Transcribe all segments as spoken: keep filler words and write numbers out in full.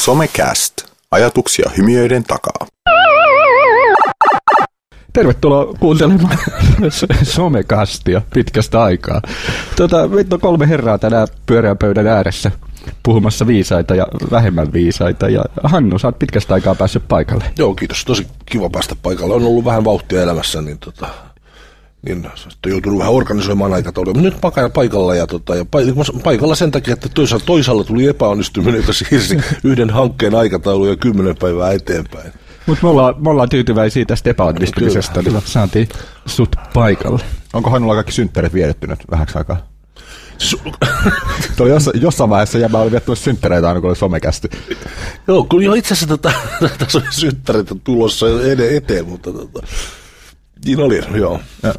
Somecast. Ajatuksia hymiöiden takaa. Tervetuloa kuuntelemaan Somecastia pitkästä aikaa. Tota, meitä on kolme herraa tänään pyöreän pöydän ääressä puhumassa viisaita ja vähemmän viisaita. Ja Hannu, sä oot pitkästä aikaa päässyt paikalle. Joo, kiitos. Tosi kiva päästä paikalle. On ollut vähän vauhtia elämässä, niin, tota, niin on joutunut vähän organisoimaan aikataulua. Nyt paikalla ja, tota, ja paikalla sen takia, että toisaalta, toisaalta tuli epäonnistuminen, joka siirsi yhden hankkeen aikataulu ja kymmenen päivää eteenpäin. Mutta me ollaan, me ollaan tyytyväisiä tästä epäonnistumisesta, niin saatiin sut paikalle. Onko Hannulla kaikki synttärit viedetty nyt vähäksi aikaa? jossain, jossain vaiheessa jäbä oli viettänyt synttäreitä aina, kun oli Somekästi. Joo, kun jo itse asiassa tota, tässä oli synttäreitä tulossa eteen, mutta tota, niin oli, joo. Ja.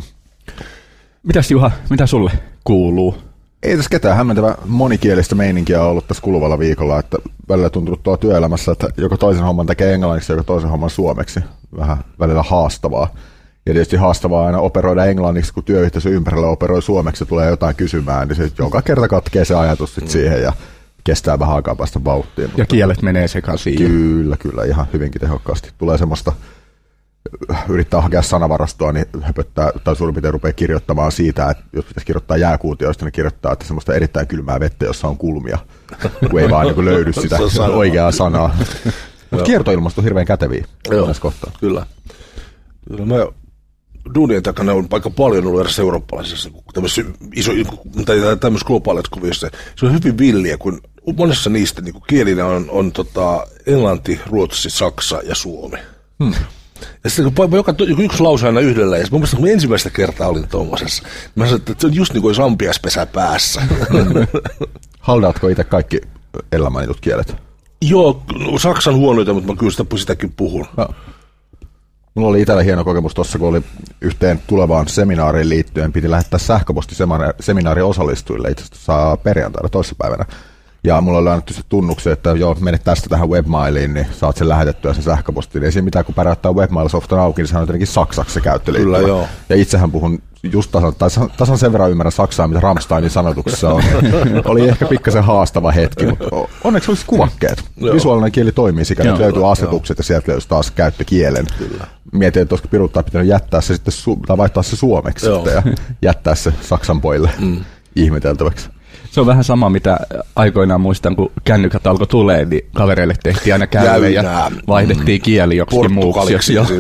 Mitäs Juha, mitä sulle kuuluu? Ei tässä ketään hämmentävä monikielistä meininkiä ollut tässä kuluvalla viikolla, että välillä tuntunut tuolla työelämässä, että joko toisen homman tekee englanniksi, joko toisen homman suomeksi. Vähän välillä haastavaa. Ja tietysti haastavaa aina operoida englanniksi, kun työyhteisö ympärillä operoi suomeksi ja tulee jotain kysymään, niin se joka kerta katkee se ajatus sit siihen ja kestää vähän aikaa päästä vauhtiin. Ja kielet menee sekaisin. Kyllä, kyllä, ihan hyvinkin tehokkaasti. Tulee semmoista, yrittää hakea sanavarastoa, niin höpöttää, tai suurin piirtein rupeaa kirjoittamaan siitä, että jos pitäisi kirjoittaa jääkuutioista, niin kirjoittaa, että semmoista erittäin kylmää vettä, jossa on kulmia, kun ei vaan niin löydy sitä oikeaa sanaa. Mutta kiertoilmasto on hirveän käteviä tässä kohtaa. Kyllä. Kyllä mä duunien takana on aika paljon ollut erässä eurooppalaisessa tämmöisessä iso, tai tämmöisessä globaalissa kuviossa. Se on hyvin villiä, kun monessa niistä niin kielinä on, on tota, englanti, ruotsi, saksa ja suomi. Hmm. Ja sitten kun joka, yksi lause aina yhdellä, ja mun mielestä kun ensimmäistä kertaa olin tuommoisessa, mä sanoin, että se on just niin kuin sampiaspesä päässä. Haldaatko itse kaikki edellä mainitut kielet? Joo, saksan huonoita, mutta mä kyllä sitä, sitäkin puhun. No. Mulla oli itsellä hieno kokemus tuossa, kun oli yhteen tulevaan seminaariin liittyen, piti lähettää sähköpostiseminaarin osallistujille itse asiassa perjantaina toissapäivänä. Ja mulla oli annettu se tunnuksen, että joo, menet tästä tähän webmailiin, niin saat sen lähetettyä sen sähköpostiin. Ei siinä mitään, kun päräyttää webmail-softan auki, niin se on jotenkin saksaksi se käyttöliittymä. Kyllä, joo. Ja itsehän puhun just tasan, tasan, tasan sen verran ymmärrän saksaa, mitä Rammsteinin sanotuksessa on. Oli ehkä pikkasen haastava hetki, mutta onneksi olisi kuvakkeet. Visuaalinen kieli toimii sikäli, että löytyy asetukset ja sieltä löytyy taas käyttökielen. Kyllä. Mietin, että olisiko piruttaa pitänyt jättää se sitten, tai vaihtaa se suomeksi sitten ja jättää se saksan pojille mm. ihmeteltäväksi. Se on vähän sama, mitä aikoinaan muistan, kun kännykät alkoi tulee, niin kavereille tehtiin aina källe ja vaihdettiin kieli joksikin muuksi.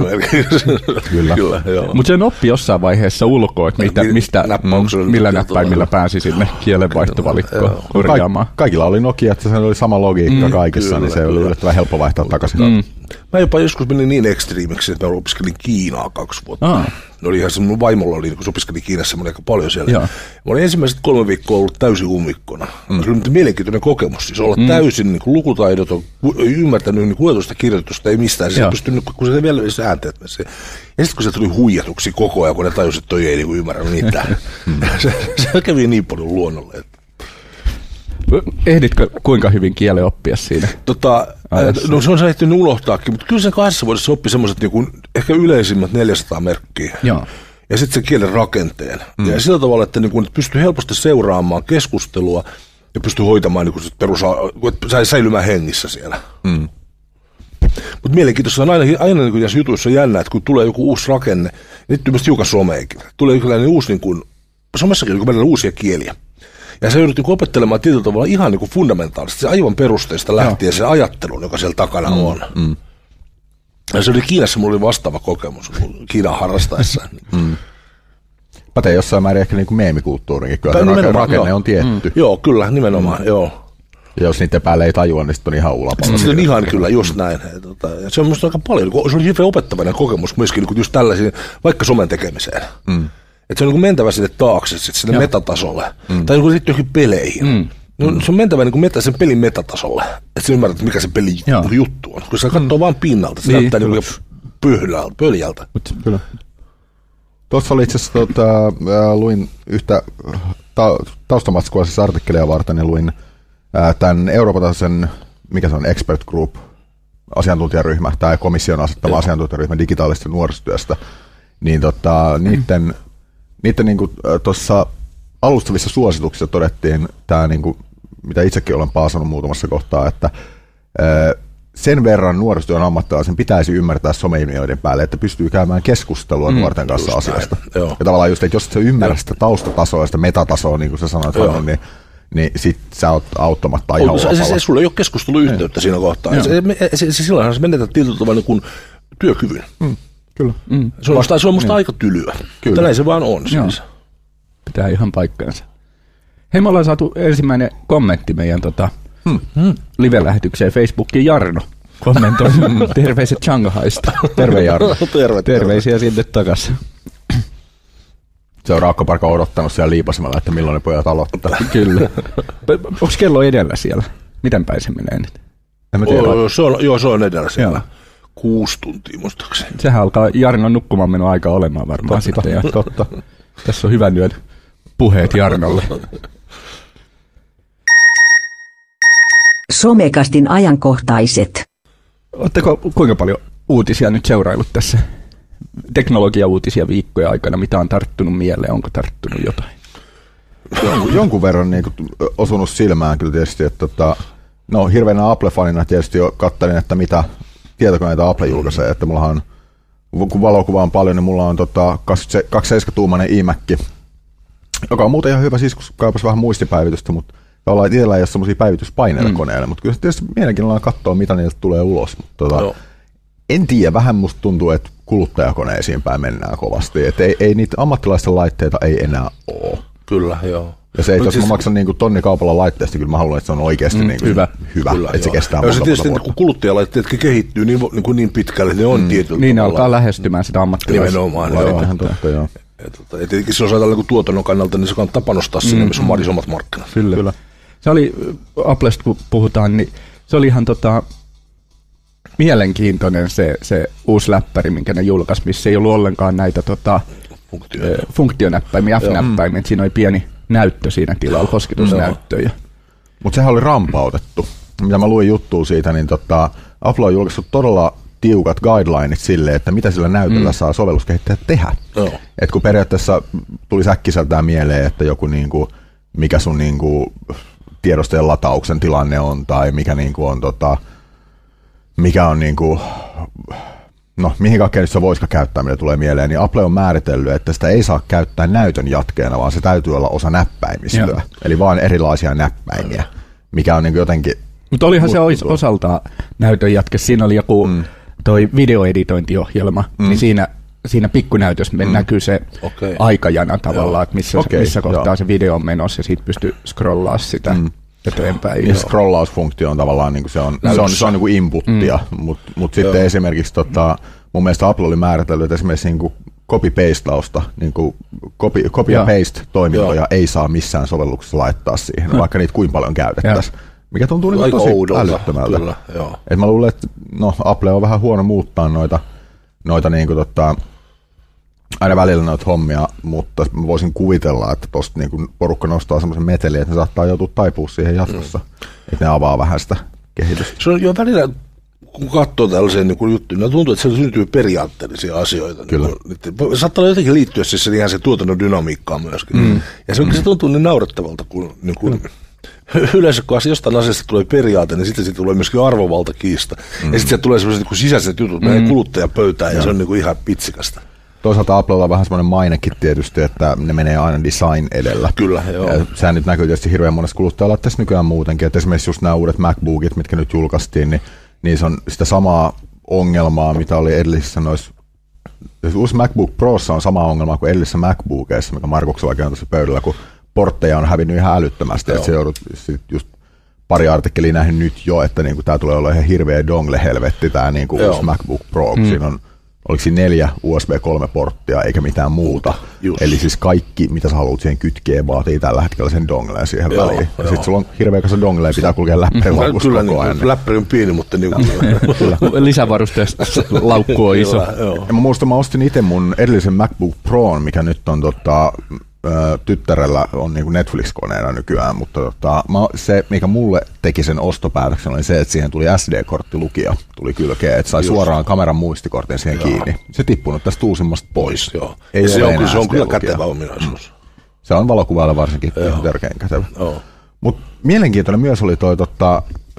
Kyllä. Kyllä, mutta sen oppi jossain vaiheessa ulkoa, että mitä, mistä, millä näppäimillä pääsi sinne kielenvaihtovalikkoon korjaamaan. Ka- kaikilla oli Nokia, että se oli sama logiikka mm, kaikissa, kyllä, niin se oli yllättävän helppo vaihtaa takaisin. Mm. Mä jopa joskus menin niin ekstriimiksi, että mä opiskelin Kiinaa kaksi vuotta. Ah. Ne oli ihan se, mun vaimolla oli, kun se opiskeli Kiinassa, mä olin aika paljon siellä. Joo. Mä olin ensimmäiset kolme viikkoa ollut täysin ummikkona. Mm. Se oli mielenkiintoinen kokemus, siis olla mm. täysin niin kuin lukutaidoton, ymmärtänyt niin luetusta kirjoitusta, ei mistään. Siis pystynyt, kun se vielä se äänteet. Ja sitten kun se tuli huijatuksi koko ajan, kun ne tajusi, että toi ei niin kuin ymmärrä mitään. se, se kävi niin paljon luonnolle. Että ehditkö kuinka hyvin kielen oppia siinä? Tota, no se on se ehtinyt unohtaakin, mutta kyllä sen kahdessa vuodessa oppi semmoiset niin ehkä yleisimmät neljäsataa merkkiä. Joo. Ja sitten sen kielen rakenteen. Mm. Ja sillä tavalla, että niin pystyy helposti seuraamaan keskustelua ja pystyy hoitamaan niin perus, että säilymään hengissä siellä. Mm. Mutta mielenkiintoista on aina, aina niin näissä jutuissa jännä, että kun tulee joku uusi rakenne, niin nyt hyvä someikin. Tulee jokin uusi, niin kuin, somessakin niin välillä uusia kieliä. Ja se joudut niin opettelemaan tietyllä tavalla ihan niin kuin fundamentaalisesti, se aivan perusteista lähtien se ajattelun, joka siellä takana mm, on. Mm. Ja se oli Kiinassa, mulla oli vastaava kokemus Kiinan harrastaessa. Mm. Pätee jossain määrin ehkä niin kuin meemikulttuurinkin, kyllä se rakenne, rakenne on tietty. Mm. Joo, kyllä, nimenomaan, mm. joo. Ja jos niiden päälle ei tajua, niin sitten on ihan ulapalla. Se on ihan kyllä, just näin. Ja se on minusta aika paljon, se oli hyvin opettavainen kokemus myöskin just tällaisiin, vaikka somen tekemiseen. Mm. Että se on niin mentävä sinne taakse, sinne metatasolle. Mm. Tai niin sitten johonkin peleihin. Mm. No, se on mentävä niin meta, sen pelin metatasolle. Että sä ymmärrät, mikä se pelin juttu on. Kun sä katsoo mm. vaan pinnalta, se niin, näyttää niin pöhlältä, pöljältä. Kyllä. Tuossa oli itse asiassa, tota, äh, luin yhtä ta- taustamatskua siis artikkelia varten, ja luin äh, tämän Euroopan tasoisen, mikä se on, expert group, asiantuntijaryhmä, tai komission asettama asiantuntijaryhmä digitaalista nuorisotyöstä. Niin tota, niiden, mm. niiden niin tuossa alustavissa suosituksissa todettiin tämä, niin kuin, mitä itsekin olen paasannut muutamassa kohtaa, että sen verran nuorisotyön ammattilaisen pitäisi ymmärtää someilmiöiden päälle, että pystyy käymään keskustelua mm, nuorten kanssa asiasta. Näin, ja tavallaan just, että jos et sä ymmärrä sitä taustatasoa ja sitä metatasoa, niin kuin sä sanoit, Hannu, niin, niin sit sä oot auttamatta ihan olapala. Se, se, sulla ei ole keskusteluyhteyttä siinä kohtaa. Se, se, se, se, silloinhan sä menetät tietyllä tavalla niin kuin työkyvyn. Mm, kyllä. Mm. Se on musta, se on musta mm. aika tylyä. Kyllä. Näin se vaan on. Siis. Pitää ihan paikkaansa. Hei, me ollaan saatu ensimmäinen kommentti meidän tota, hmm. live-lähetykseen Facebookiin. Jarno kommentoi terveiset Shanghaista. Terve Jarno. Terve, terveisiä sinne takaisin. Se on Raakkoparka odottanut siellä liipasimella, että milloin ne pojat aloittaa. Kyllä. Onko kello edellä siellä? Miten päin se menee nyt? En mä tiedä. Oh, se on, joo, se on edellä siellä. Joo. Kuusi tuntia muistaakseni. Sehän alkaa Jarnon nukkumaan minun aika olemaan varmaan totta, sitten. Ja totta. Tässä on hyvän yön puheet Jarnolle. Somekastin ajankohtaiset. Oletteko kuinka paljon uutisia nyt seuraillut tässä teknologia-uutisia viikkoja aikana, mitä on tarttunut mieleen? Onko tarttunut jotain? Jonkun, jonkun verran niin kuin, osunut silmään kyllä tietysti, että tota, no hirveänä Apple-fanina tietysti jo katselin, että mitä tietokoneita Apple julkaisee, että mulla on, kun valokuva on paljon, niin mulla on tota, kaksikymmentäseitsemän-tuumainen iMac, joka on muuten ihan hyvä, siis kun kaipasi vähän muistipäivitystä, mutta ollaan itsellä ei ole semmoisia päivityspaineita mm. koneelle, mutta kyllä tietysti mielenkiinnolla katsoa, mitä niiltä tulee ulos. Mutta, tota, no. En tiedä, vähän musta tuntuu, että kuluttajakoneisiin päin mennään kovasti, että ei, ei niitä ammattilaisten laitteita ei enää ole. Kyllä, joo. Ja se, että jos siis, mä maksan niin kuin tonni kaupalla laitteesta, kyllä mä haluan, että se on oikeasti mm, niin kuin hyvä, hyvä kyllä, että joo. Se kestää monta vuotta. Ja kun kuluttajalaitteetkin kehittyy niin, niin, kuin niin pitkälle, ne on mm. tietyllä niin tavalla. Niin alkaa lähestymään sitä ammattilaista. Nimenomaan. Joo, ihan totta, joo. Ja tietenkin se on saada niin tuotannon kannalta, niin se kannattaa panostaa mm, sinne, missä on mm. isommat markkinat. Kyllä. kyllä. Se oli, Applesta kun puhutaan, niin se oli ihan tota, mielenkiintoinen se, se uusi läppäri, minkä ne julkaisi, missä ei ollut ollenkaan näitä tota, Funktio. funktionäppäimiä, F-näppäimiä. Siinä oli pieni näyttö siinä tilalla, kosketusnäyttö. No. Mutta sehän oli rampautettu. Mitä mä luin juttua siitä, niin tota, Apple on julkaissut todella tiukat guidelineit sille, että mitä sillä näytöllä mm. saa sovelluskehittäjät tehdä. No. Et kun periaatteessa tuli äkkiseltään mieleen, että joku niinku, mikä sun niinku tiedostojen latauksen tilanne on, tai mikä niinku on tota, mikä on niinku, no mihin kaikkeen se voisiko käyttää, mitä tulee mieleen, niin Apple on määritellyt, että sitä ei saa käyttää näytön jatkeena, vaan se täytyy olla osa näppäimistöä. Joo. Eli vaan erilaisia näppäimiä, mikä on niinku jotenkin. Mutta olihan se osaltaan näytön jatke. Siinä oli joku mm. toi videoeditointiohjelma, mm. niin siinä, siinä pikkunäytössä mm. näkyy se okay. aikajana tavallaan, että missä, okay. missä kohtaa joo. se video on menossa, ja siitä pystyy scrollaamaan sitä. Mm. eteenpäin. Ja scrollausfunktio on tavallaan, niin kuin se on, se on, se on niin kuin inputtia, mm. mutta mut sitten joo. esimerkiksi tota, mun mielestä Apple oli määritellyt, että esimerkiksi niin kuin copy-pastausta, niin kuin copy, copy ja paste-toimintoja joo. ei saa missään sovelluksessa laittaa siihen, hmm. vaikka niitä kuinka paljon käytettäisiin. Mikä tuntuu niin tosi oudolta, älyttömältä. Kyllä, et mä luulen, että no, Apple on vähän huono muuttaa noita, noita niin kuin, tota, aina välillä noita hommia, mutta mä voisin kuvitella, että tosta niin porukka nostaa semmoisen metelin, että ne saattaa joutua taipua siihen jatkossa. Mm. Että ne avaa vähän sitä kehitystä. Se on jo välillä, kun katsoo tällaisia niin juttuja, niin tuntuu, että siellä syntyy periaatteellisia asioita. Kyllä. Niin, saattaa jotenkin liittyä siis ihan se tuotannon dynamiikkaan myöskin. Mm. Ja se, mm. se tuntuu niin naurettavalta, kun niin kuin, mm. yleensä kun jostain asiasta tulee periaate, niin sitten siitä tulee myöskin arvovaltakiista. Mm. Ja sitten tulee sellaiset niin sisäiset jutut, mm. menee kuluttajapöytään ja, ja se on niin kuin ihan pitsikasta. Toisaalta Applella on vähän semmoinen mainekin tietysti, että ne menee aina design edellä. Kyllä, joo. Ja sehän nyt näkyy tietysti hirveän monessa kuluttajalaitteessa nykyään muutenkin. Että esimerkiksi just nämä uudet MacBookit, mitkä nyt julkaistiin, niin, niin se on sitä samaa ongelmaa, mitä oli edellisissä noissa. Uusi MacBook Prossa on sama ongelma kuin edellisissä MacBookeissa, mikä Markuksellakin on tuossa pöydällä, kun portteja on hävinnyt ihan älyttömästi. Että se joudut just pari artikkelia nähnyt nyt jo, että niinku tämä tulee olla ihan hirveä dongle-helvetti, tämä niinku uusi MacBook Pro, mm. siinä on oliko siinä neljä U S B kolme porttia eikä mitään muuta. Just. Eli siis kaikki, mitä sä haluat siihen kytkeä, vaatii tällä hetkellä sen dongleen siihen joo, väliin. Ja sitten sulla on hirveä kanssa dongleen ja pitää kulkea läppärin laukussa koko niin, ajan. Läppäri on pieni, mutta niin lisävarusteesta laukku on iso. Kyllä, ja mä muistan, mä ostin itse mun edellisen MacBook Proon, mikä nyt on tota, tyttärellä on niin kuin Netflix-koneena nykyään, mutta tota, mä, se, mikä mulle teki sen ostopäätöksen, oli se, että siihen tuli S D-korttilukija, tuli kylkeen, että sai just suoraan kameran muistikortin siihen joo. kiinni. Se tippunut tästä uusimmasta pois. Joo. Ei se, on, se on kyllä kätevä ominaisuus. Se on valokuvailla varsinkin törkeän kätevä. Mutta mielenkiintoinen myös oli toi, tota,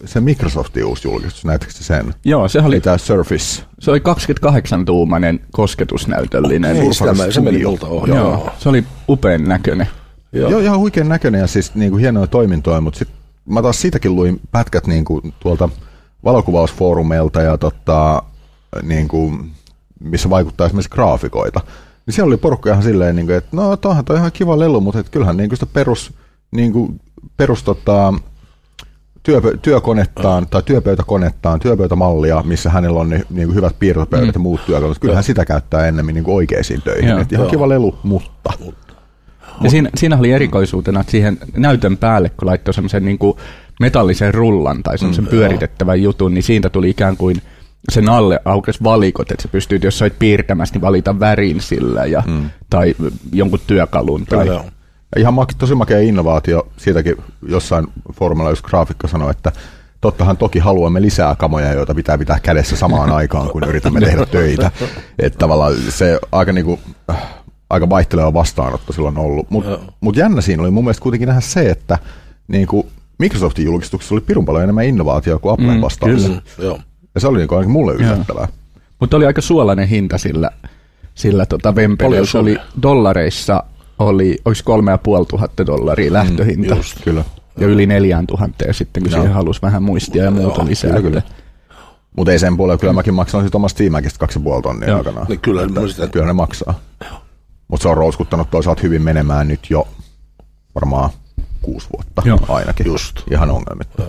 se Microsoftin uusi julkistus, näettekö sen? Joo, se oli... Tämä Surface. Se oli kaksikymmentäkahdeksan tuumainen kosketusnäytöllinen. Okay, Surface se meni multa ohi. Joo, joo, se oli upean näköinen. Joo, joo ihan huikean näköinen ja siis niin kuin hienoja toimintoja, mutta sit mä taas siitäkin luin pätkät niin kuin tuolta valokuvausfoorumeilta ja tota, niin kuin, missä vaikuttaa esimerkiksi graafikoita. Niin siellä oli porukka ihan silleen, niin kuin, että no toihan toi ihan kiva lelu, mutta et kyllähän niin kuin sitä perus, niin kuin, perus tota, työ, työkonettaan tai työpöytäkonettaan, työpöytämallia, missä hänellä on ne niin kuin hyvät piirtopöydät mm. ja muut työkalut. Kyllähän sitä käyttää ennemmin niin kuin oikeisiin töihin. Joo, ihan joo. kiva lelu, mutta... Ja siinä, siinä oli erikoisuutena, että siihen näytön päälle, kun laittoi semmoisen niin kuin metallisen rullan tai semmoisen mm, pyöritettävän joo. jutun, niin siitä tuli ikään kuin sen alle aukesi valikot, että sä pystyt, jos sä olet piirtämässä, niin valita värin sillä ja, mm. tai jonkun työkalun. Tai... Ja ihan tosi makea innovaatio, siitäkin jossain foorumilla just graafikko sanoi, että tottahan toki haluamme lisää kamoja, joita pitää pitää kädessä samaan aikaan, kun yritämme tehdä töitä. Että tavallaan se aika niinku... aika vaihteleva vastaanotto silloin ollut. Mutta mut jännä siinä oli mun mielestä kuitenkin nähdä se, että niinku Microsoftin julkistuksessa oli pirun paljon enemmän innovaatiota kuin Applen mm, vastaanotossa. Ja se oli niinku ainakin mulle yllättävää. Mutta oli aika suolainen hinta sillä, sillä tota Vempellä. Se oli dollareissa, oli, olisi kolme ja puoli tuhatta dollaria lähtöhinta. Mm, just, kyllä. Ja yli neljään tuhanteen sitten, kun no. siihen halusi vähän muistia ja muuta joo, lisää. Kyllä, kyllä. Mutta ei sen puolella, kyllä mäkin maksan sit omasta Steamakista kaksi ja puoli tonnia aikanaan. Niin kyllä, että, kyllä ne maksaa. Mutta se on rouskuttanut toisaalta hyvin menemään nyt jo varmaan kuusi vuotta joo. ainakin. Just. Ihan ongelmitta.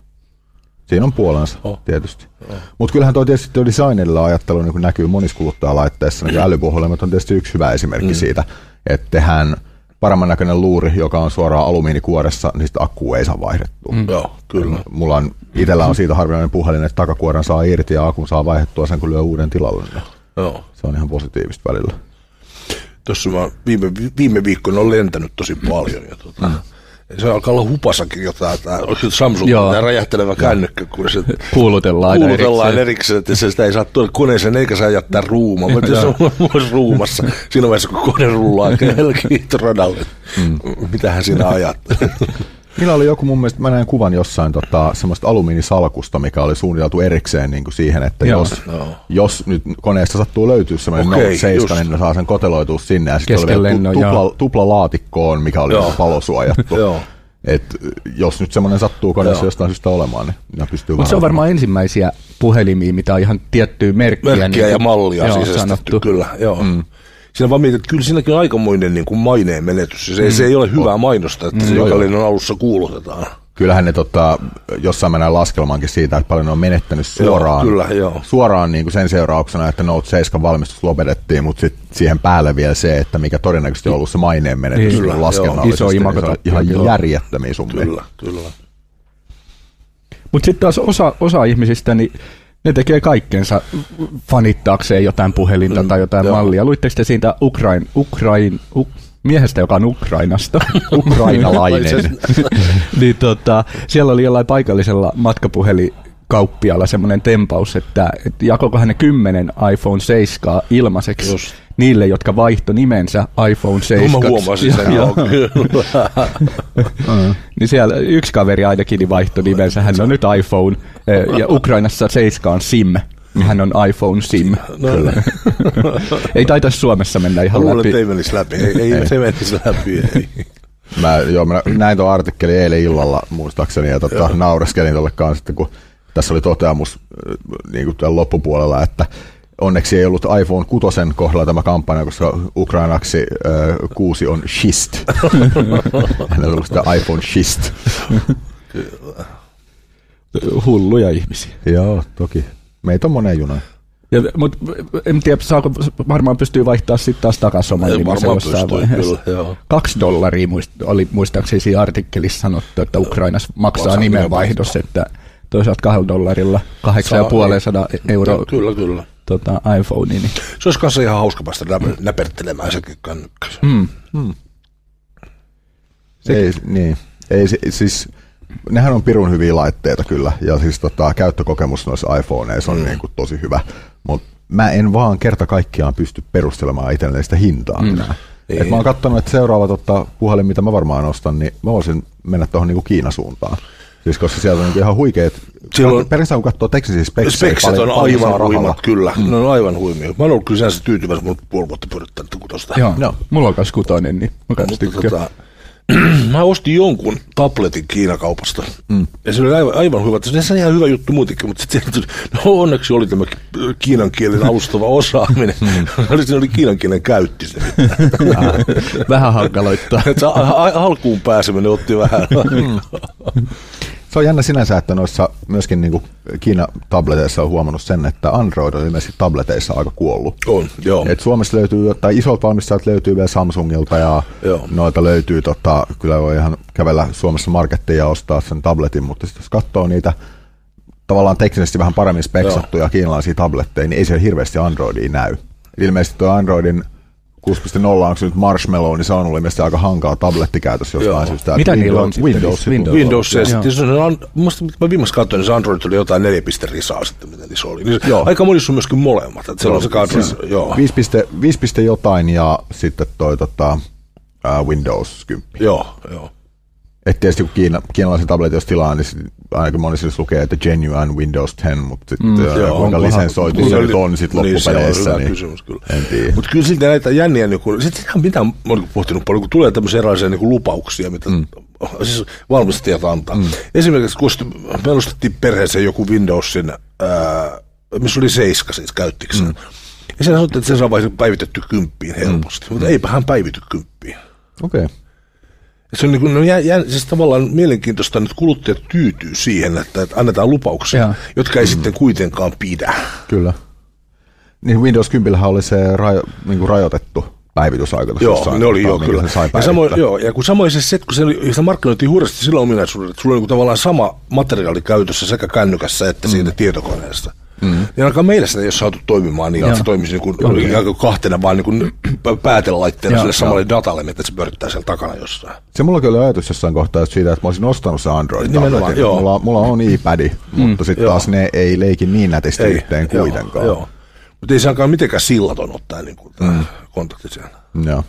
Siinä on puolensa oh. tietysti. Oh. Mutta kyllähän tuo tietysti designilla ajattelu niin näkyy monissa kuluttajalaitteissa. Niin älypuhelimet on tietysti yksi hyvä esimerkki mm. siitä, että tehdään paremman näköinen luuri, joka on suoraan alumiinikuoressa, niin sitä akkua ei saa vaihdettua. Mm. Joo, kyllä. Mulla on, itsellä on siitä harvinainen puhelin, että takakuoren saa irti ja akun saa vaihdettua sen, kun lyö uuden tilalle. Joo. Se on ihan positiivista välillä. Tuossa mä viime, viime viikkoina on lentänyt tosi paljon. Ja tuota, mm. se alkaa olla hupasakin jotain, tämä Samsung, tämä räjähtelevä kännykkä, kun se kuulutellaan, kuulutellaan erikseen. erikseen, että se sitä ei saa tuoda koneeseen eikä saa jättää ruumaan. Mutta jos on myös ruumassa, siinä vaiheessa kun kone rullaa kiitoradalle, mm. mitähän siinä ajattelee? Niillä oli joku, mun mielestä, mä näin kuvan jossain tota, semmoista alumiinisalkusta, mikä oli suunniteltu erikseen niin kuin siihen, että jos, no. jos nyt koneesta sattuu löytyä semmoinen okay, Note seitsemän, niin ne saa sen koteloitua sinne, ja sitten oli vielä tupla, tupla laatikkoon, mikä oli palosuojattu. Et jos nyt semmoinen sattuu koneessa jostain syystä olemaan, niin ne pystyy varmaan. Se on varmaan ensimmäisiä puhelimia, mitä on ihan tiettyä merkkiä. Merkkiä niin, ja mallia sisästetty, kyllä. Joo. Mm. Siinä vaan mietin, että kyllä siinäkin on aikamoinen niin kuin maineen menetys. Se, mm. se ei ole hyvää mainosta, että mm. se jokainen alussa kuulutetaan. Kyllähän ne tota, jossain mennään laskelmaankin siitä, että paljon ne on menettänyt suoraan, joo, kyllä, joo. suoraan niin kuin sen seurauksena, että Note seitsemän valmistus lopetettiin, mutta sit siihen päälle vielä se, että mikä todennäköisesti on ollut se maineen menetys kyllä, laskennallisesti. Iso imakotappi. Ihan joo. järjettömiä summia. Kyllä, kyllä. Mutta sitten taas osa, osa ihmisistä, niin ne tekee kaikkensa fanittaakseen jotain puhelinta mm, tai jotain joo. mallia. Luitteko te siitä Ukrain, Ukrain, Uk, miehestä, joka on Ukrainasta? Ukrainalainen. niin, tota, siellä oli jollain paikallisella matkapuhelikauppialla semmoinen tempaus, että, että jakoikohan ne kymmenen iPhone seitsemän ilmaiseksi just niille, jotka vaihto nimensä iPhone seitsemän. No, mä huomasin sen, joo, kyllä. Niin siellä yksi kaveri ainakin niin vaihtoi nimensä, hän on nyt iPhone, ja Ukrainassa seitsemän on SIM. Hän on iPhone SIM. No, ei taitaisi Suomessa mennä ihan luulen, läpi. Ei menisi läpi. Ei, ei, ei. Se menisi läpi. Ei. Mä, joo, mä näin tuon artikkelin eilen illalla muistaakseni ja tota, naureskelin tuolle kanssa, kun tässä oli toteamus niin kuin tämän loppupuolella, että onneksi ei ollut iPhone kuusi kohdalla tämä kampanja, koska ukrainaksi äh, kuusi on schist. Hän on ollut sitä iPhone schist. Hulluja ihmisiä. Joo, toki. Meitä on moneen junaan. Mutta en tiedä, saako, varmaan pystyy vaihtamaan sitten taas takaisin oman nimensä jossain vaiheessa. Kyllä, kaksi dollaria muist, oli muistaakseni siinä artikkelissa sanottu, että Ukrainassa maksaa nimenvaihdos, että toisaalta kahdella dollarilla kahdeksan ja puolen sadan euroa kyllä, kyllä. Tota, iPhone. Niin. Se olisi kanssa ihan hauska päästä näpertelemään sekin kännykkässä. Mm. Mm. Ei, niin. Ei, siis nehän on pirun hyviä laitteita kyllä, ja siis tota, käyttökokemus noissa iPhoneissa on mm. niin kuin tosi hyvä, mutta mä en vaan kerta kaikkiaan pysty perustelemaan itselleen sitä hintaa. Mm. Et mä oon katsonut, että seuraava tota, puhelin, mitä mä varmaan ostan, niin mä voisin mennä tuohon niin Kiinan suuntaan. Siis koska sieltä on ihan huikeet, periaatteessa kun katsoo teknisiä speksejä, spekset on aivan huimat, kyllä. Mm. Ne on aivan huimia. Mä oon ollut kyllä sinänsä tyytyväisen, mun puoli vuotta pyörittänyt kutosta. Joo, no. Mulla on kanssa kutoinen, niin mä kanssa tykkään. Tota, mä ostin jonkun tabletin Kiinakaupasta. Mm. Ja se oli aivan, aivan hyvä. Se on ihan hyvä juttu muutenkin, mutta sitten no onneksi oli tämä kiinan kielen alustava osaaminen. Mm. se oli kiinan kielen käytti se. Vähän hankaloittaa. Alkuun pääseminen otti vähän. Se on jännä sinänsä, että noissa myöskin niin Kiina-tableteissa on huomannut sen, että Android on ilmeisesti tableteissa aika kuollut. On, joo. Et Suomessa löytyy, tai isolta valmistajat löytyy vielä Samsungilta ja joo. noita löytyy, tota, kyllä voi ihan kävellä Suomessa markettiin ja ostaa sen tabletin, mutta sitten jos katsoo niitä tavallaan teknisesti vähän paremmin speksattuja joo. kiinalaisia tabletteja, niin ei siellä hirveästi Androidia näy. Ilmeisesti tuo Androidin kuusi piste nolla, onko se nyt Marshmallow, niin se on ollut ilmeisesti aika hankala tablettikäytös jostain syystä. Mitä niillä on Windows, Windows, Windows ja sitten se on, musta mä viimeksi katsoin, niin se Android oli jotain neljä piste risaa sitten, miten se oli. Niin aika monissa on myöskin molemmat, että se on se Android, joo. viisi jotain ja sitten toi tota, uh, Windows kymmenen. Joo, joo. Että tietysti kun Kiina, kiinalaisen tabletin jos tilaa, niin ainakin monissa lukee, että Genuine Windows kymmenen, mutta sitten mm, uh, kuinka lisensoitu se nyt on sitten loppupeleissä. Niin, kysymys, kyllä. Mutta kyllä silti näitä jänniä, niin kun, sitten mitä olen pohtinut paljon, kun tulee tämmöisiä erilaisia niin lupauksia, mitä mm. siis valmistajat antaa. Mm. Esimerkiksi kun me ostettiin perheeseen joku Windowsin, ää, missä oli seiska siis käyttikseen. Mm. Ja sen sanottiin, että sen saa vain päivitetty kymppiin helposti, mm. mutta eipä hän päivity kymppiin. Okei. Okay. Se on niin kuin, no jä, jä, siis tavallaan mielenkiintoista, että kuluttajat tyytyy siihen, että, että annetaan lupauksia, ja. jotka ei mm. sitten kuitenkaan pidä. Kyllä. Niin Windows kymmenen oli se rajo, niin kuin rajoitettu päivitysaika. Joo, ne oli jo kyllä. Ja, samoin, joo, ja kun samoin se, kun se, sitä markkinoitiin hurjasti sillä ominaisuudella, että sulla on niin tavallaan sama materiaali käytössä sekä kännykässä että mm. siinä tietokoneessa. Mm. Ja ainakaan meillä sitä ei ole saatu toimimaan niin, joo. että se toimisi niin kuin, okay. kahtena vaan niin päätelaitteena sille samalle datalle, että se pyörittää siellä takana jossain. Se mulla kyllä oli ajatus jossain kohtaa siitä, että mä olisin ostanut se Android-tabletin. Mulla, mulla on iPad, mm. mutta sitten taas ne ei leiki niin nätisti ei, yhteen kuitenkaan. Joo, joo. Mutta ei se ainakaan mitenkään sillaton ottaa niin kuin tämä mm. kontakti siellä. Joo.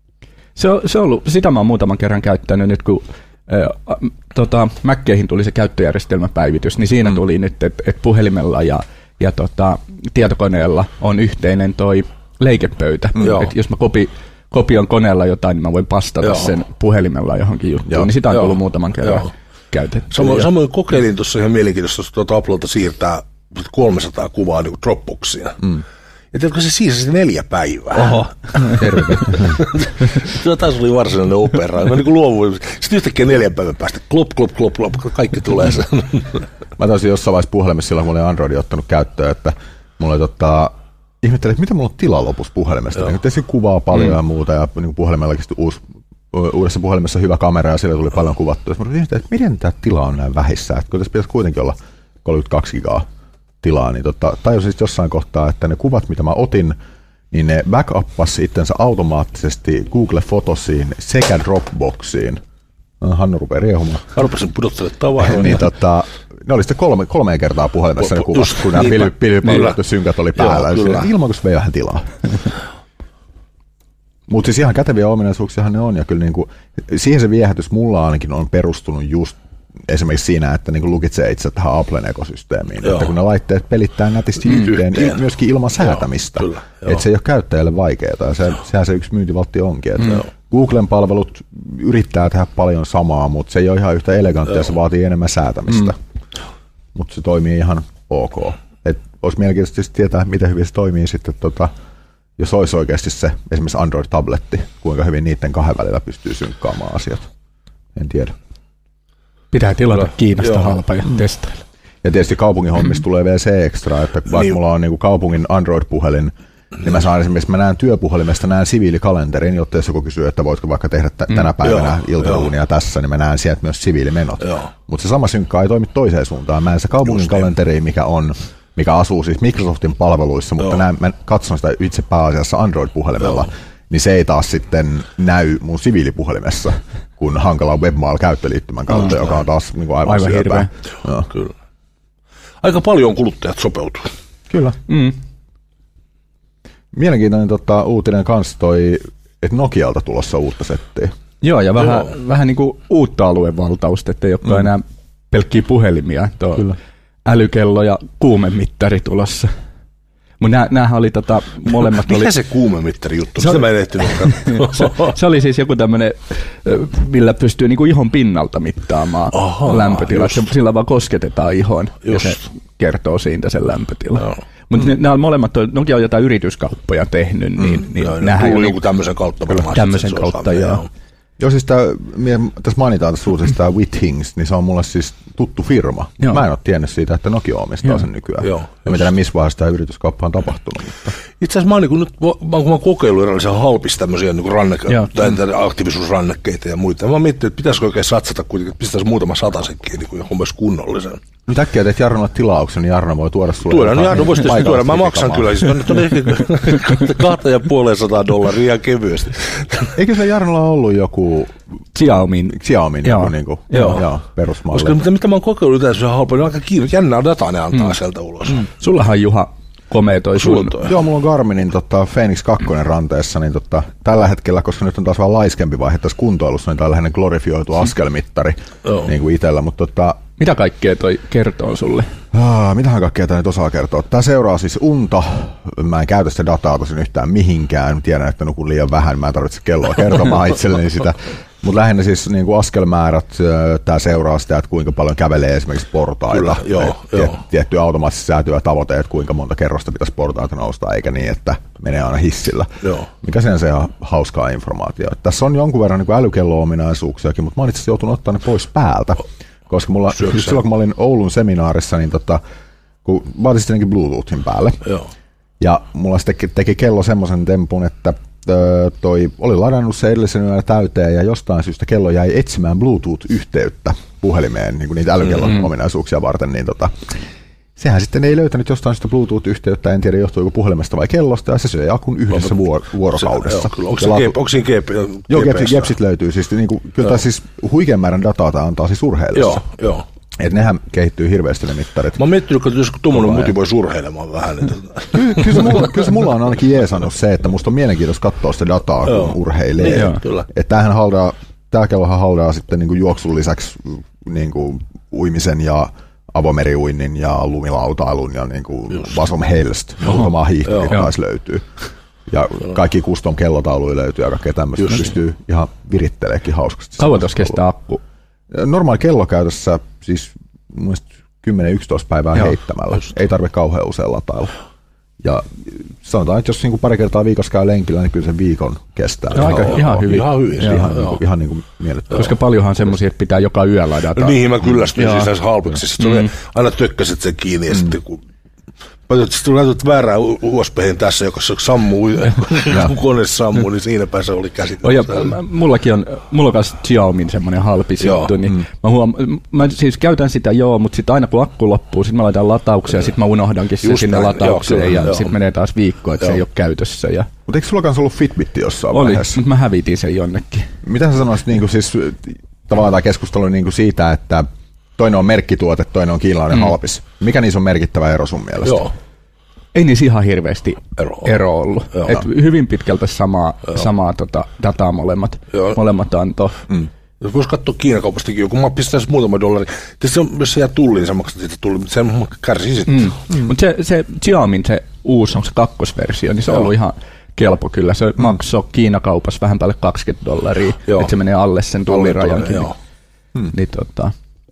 Se on, se on ollut, sitä mä oon muutaman kerran käyttänyt nyt, kun äh, tota, Mackeihin tuli se käyttöjärjestelmäpäivitys, niin siinä mm. tuli nyt, että et puhelimella ja Ja tota, tietokoneella on yhteinen toi leikepöytä. Mm, et jos mä kopi, kopioin koneella jotain, niin mä voin pastata joo. sen puhelimella johonkin juttuun. Joo. Niin sitä on joo. tullut muutaman kerran joo. käytetty. Samoin, samoin kokeilin tuossa ihan mielenkiintoista, tuota Applelta siirtää kolmesataa kuvaa niin kuin Dropboxia. Mm. Ja tiedätkö, se siirsi neljä päivää. Oho, terve. Tuo taas oli varsinainen opera. Mä niin kuin luovuin. Sitten yhtäkkiä neljän päivän päästä, klop, klop, klop, klop, kaikki tulee sen. Mä taisin jossain vaiheessa puhelimessa silloin, kun mulla oli Androidin ottanut käyttöön, että mulla oli tota, ihmettelin, että mitä mulla on tila lopussa puhelimesta. Niin, tietysti kuvaa paljon mm. ja muuta, ja niin puhelimellakin uusi, uudessa puhelimessa hyvä kamera, ja sillä tuli paljon kuvattua. Mä ihmettelin, että miten tämä tila on näin vähissä, että kun tässä pitäisi kuitenkin olla kolmekymmentäkaksi gigaa tilaa, niin tota, tajusin jossain kohtaa, että ne kuvat, mitä mä otin, niin ne backuppasi itsensä automaattisesti Google Photosiin sekä Dropboxiin. No, Hannu rupeaa riehumaan. Mä rupesin pudottelemaan tavaraa. niin, tota, ne oli sitten kolme, kolmeen kertaa puhelimessa ne kuvat, kun nämä pilvipalvelusynkät oli päällä. Ilman, kun se vei vähän tilaa. Mutta siis ihan käteviä ominaisuuksiahan ne on, ja kyllä niinku, siihen se viehätys mulla ainakin on perustunut just esimerkiksi siinä, että niinku lukitsee itse tähän Applen ekosysteemiin, joo. että kun ne laitteet pelittää nätisti mm, yhteen, yhteen, myöskin ilman säätämistä, että se ei ole käyttäjälle vaikeaa, ja se, sehän se yksi myyntivaltti onkin, että mm. Googlen palvelut yrittää tehdä paljon samaa, mutta se ei ole ihan yhtä eleganttia, se vaatii enemmän säätämistä, mm. mutta se toimii ihan ok. Et olisi mielenkiintoista tietää, miten hyvin se toimii sitten, tota, jos olisi oikeasti se esimerkiksi Android-tabletti, kuinka hyvin niiden kahden välillä pystyy synkkaamaan asiat, en tiedä. Pitää tilata Kyllä. Kiinasta Joo. halpa ja testailla. Ja tietysti kaupungin hommissa tulee vielä se ekstra, että vaikka niin. mulla on niin kuin kaupungin Android-puhelin, niin mä saan esimerkiksi, mä näen työpuhelimesta, näen siviilikalenterin, jotta jos joku kysyy, että voitko vaikka tehdä t- tänä päivänä mm, iltaduunia tässä, niin mä näen sieltä myös siviilimenot. Mutta se sama synkkaa ei toimi toiseen suuntaan. Mä näen se kaupungin Just kalenteriin, mikä on, mikä asuu siis Microsoftin palveluissa, mutta näen, mä katson sitä itse pääasiassa Android-puhelimella, Joo. niin se ei taas sitten näy mun siviilipuhelimessa, kun hankala webmail-käyttöliittymän kautta, mm, joka on taas niin kuin aivan, aivan syöpää. Kyllä. Aika paljon kuluttajat sopeutuu. Kyllä. Mm. Mielenkiintoinen tota, uutinen kanssa toi, että Nokialta tulossa uutta settiä. Joo, ja vähän, vähän niin kuin uutta aluevaltausta, että ei olekaan mm. enää pelkkiä puhelimia. Tuo älykello ja kuumemittari tulossa. Mutta näähän oli tota, molemmat... Mikä oli... se kuumemittari juttu? Se, mä en ehtinyt se, se oli siis joku tämmöinen, millä pystyy niinku ihon pinnalta mittaamaan lämpötilaa. Sillä vaan kosketetaan ihoon just. Ja se kertoo siitä sen lämpötilan. No. Mutta mm. nämä molemmat, Nokia on jotain yrityskauppoja tehnyt, niin, mm. niin joo, nämähän on joku tämmöisen kautta. Tämmöisen kautta, joo. Joo, siis tää, tässä mainitaan tässä uutissa tämä Withings, niin se on mulle siis tuttu firma. Joo. Mä en ole tiennyt siitä, että Nokia omistaa joo. sen nykyään. Joo, ja mitä missä vaiheessa tämä yrityskauppa on tapahtunut. Mutta. Itse asiassa mä oon niin nyt, kun mä oon kokeillut erilaisia halpista tämmöisiä niin rannekkeita, aktiivisuusrannekkeita ja muita. Mä oon miettinyt, että pitäisikö oikein satsata kuitenkin, että pistäisi muutama satasenkin niin johon myös kunnollisen. Nyt äkkiä teet Jarnolle tilauksen, niin Jarno voi tuoda sulle. Tuodaan, niin Jarno voisi tietysti tuoda. Mä maksan kyllä. Siis on, on ehkä kahta ja puoleen sataa dollaria ihan kevyesti. Eikö se Jarnolla ollut joku... Xiaomin. Xiaomin joo. Niin kuin, joo. Joo, perusmalli. Koska mitä, mitä mä oon kokeillut yleensä halpa, niin aika kiinni. Jännää dataa ne antaa mm. sieltä ulos. Mm. Sullahan Juha komea toi sun. Joo, mulla on Garminin tota, Phoenix kaksi ranteessa, niin tota, tällä hetkellä, koska nyt on taas vähän laiskempi vaihe tässä kuntoilussa, niin tää on lähinnä glorifioitu askelmittari niin kuin itsellä, mutta tota, mitä kaikkea toi kertoo sulle? Ah, mitähän kaikkea tämä nyt osaa kertoa? Tämä seuraa siis unta. Mä en käytä sitä dataa tosin yhtään mihinkään. Tiedän, että nukun liian vähän. Mä en tarvitse kelloa kertomaan itselleni sitä. Mutta lähinnä siis niin kuin askelmäärät, tämä seuraa sitä, että kuinka paljon kävelee esimerkiksi portaita. Kyllä, joo, joo. Tietty automaattisesti säätyvä tavoite, että kuinka monta kerrosta pitäisi portaita nousta, eikä niin, että menee aina hissillä. Joo. Mikä sen se on hauskaa informaatiota. Tässä on jonkun verran niin älykello-ominaisuuksiakin, mutta mä oon itse asiassa joutunut ottaa ne pois päältä. Koska mulla, silloin kun mä olin Oulun seminaarissa, niin tota, kun vaatin sittenkin Bluetoothin päälle. Joo. Ja mulla teki, teki kello semmoisen tempun, että toi oli ladannut se edellisen yönä täyteen ja jostain syystä kello jäi etsimään Bluetooth-yhteyttä puhelimeen, niin kuin niitä älykellon mm-hmm. ominaisuuksia varten, niin tota, sehän sitten ei löytänyt jostain sitä Bluetooth-yhteyttä, en tiedä johtuiko puhelimesta vai kellosta, ja se söi akun yhdessä vuor- vuorokaudessa. Se, onko, se laatu... onko siinä G P S? Joo, Gepsit löytyy, siis, niin kuin, kyllä tämä siis huikean määrän dataa tämä antaa siis urheilussa. Joo, joo. Että nehän kehittyy hirveästi ne mittarit. Mä oon miettinyt, että jos tuommoinen motivoisi urheilemaan vähän. Niin kyllä, kyllä, se mulla, kyllä se mulla on ainakin jeesannut se, että musta on mielenkiintoista katsoa sitä dataa, kun joo. urheilee. Niin, että tämähän haldaa, tää kellohan haldaa sitten niin kuin juoksun lisäksi niin kuin uimisen ja avomeriuinnin ja lumilautailun ja niin kuin Vasom Helst, muutama hiihtokin taas löytyy. Ja kaikki custom kellotauluja löytyy ja kaikkea tämmöistä. Ne pystyy ihan viritteleekin hauskasti. Kauan tuossa kestää akku? Normaali kellokäytössä siis kymmenen yksitoista päivää joo, heittämällä. Just. Ei tarvitse kauhean usein latailla. Ja sanotaan, että jos niinku pari kertaa viikossa käy lenkillä, niin kyllä se viikon kestää. No, aika, ihan, ihan hyvin. Ihan hyvin. Ihan, ihan, niinku, ihan niinku miellyttävää. Koska paljonhan semmoisia, että pitää joka yö ladata. No, niihin mä kyllästyin siis näissä halpiksissa. Mm. Aina tökkäsit sen kiinni ja mm. sitten kun... Sitten laitat väärään U S B:hin tässä, joka sammuu, kun kone sammuu, niin siinä päässä oli käsitelty. Mullakin on, mulla on myös Xiaomin semmoinen halpis juttu, niin mm. mä, huom- mä siis käytän sitä joo, mutta sitten aina kun akku loppuu, sitten mä laitan latauksia ja sitten mä unohdankin sen sinne lataukseen ja sitten menee taas viikko, että joo. se ei ole käytössä. Ja... Mutta eikö sulla kanssa ollut Fitbit jossain oli, vaiheessa? Oli, mutta mä hävitin sen jonnekin. Mitä sä sanoisit niin kuin siis, tavallaan tämä keskustelu niin kuin siitä, että toinen on merkkituote, toinen on kiinalainen mm. halpis. Mikä niissä on merkittävä ero sun mielestä? Joo. Ei niissä ihan hirveästi ero, ero ollut. Et hyvin pitkältä samaa, samaa tota, dataa molemmat, molemmat antoi. Mm. Voisi katsoa Kiinakaupastakin joku, mä pistäisin muutama dollari. Tietysti on, jos se jää tulliin, sä maksat siitä tulliin, mutta sen kärsii sitten. Mm. Mm. Mutta se, se Xiaomin se uusi, onko se kakkosversio, niin se on ollut ihan kelpo kyllä. Se mm. maksoi Kiinakaupassa vähän päälle kaksikymmentä dollaria, että se menee alle sen tullirajankin. Niin, mm. niin, tota,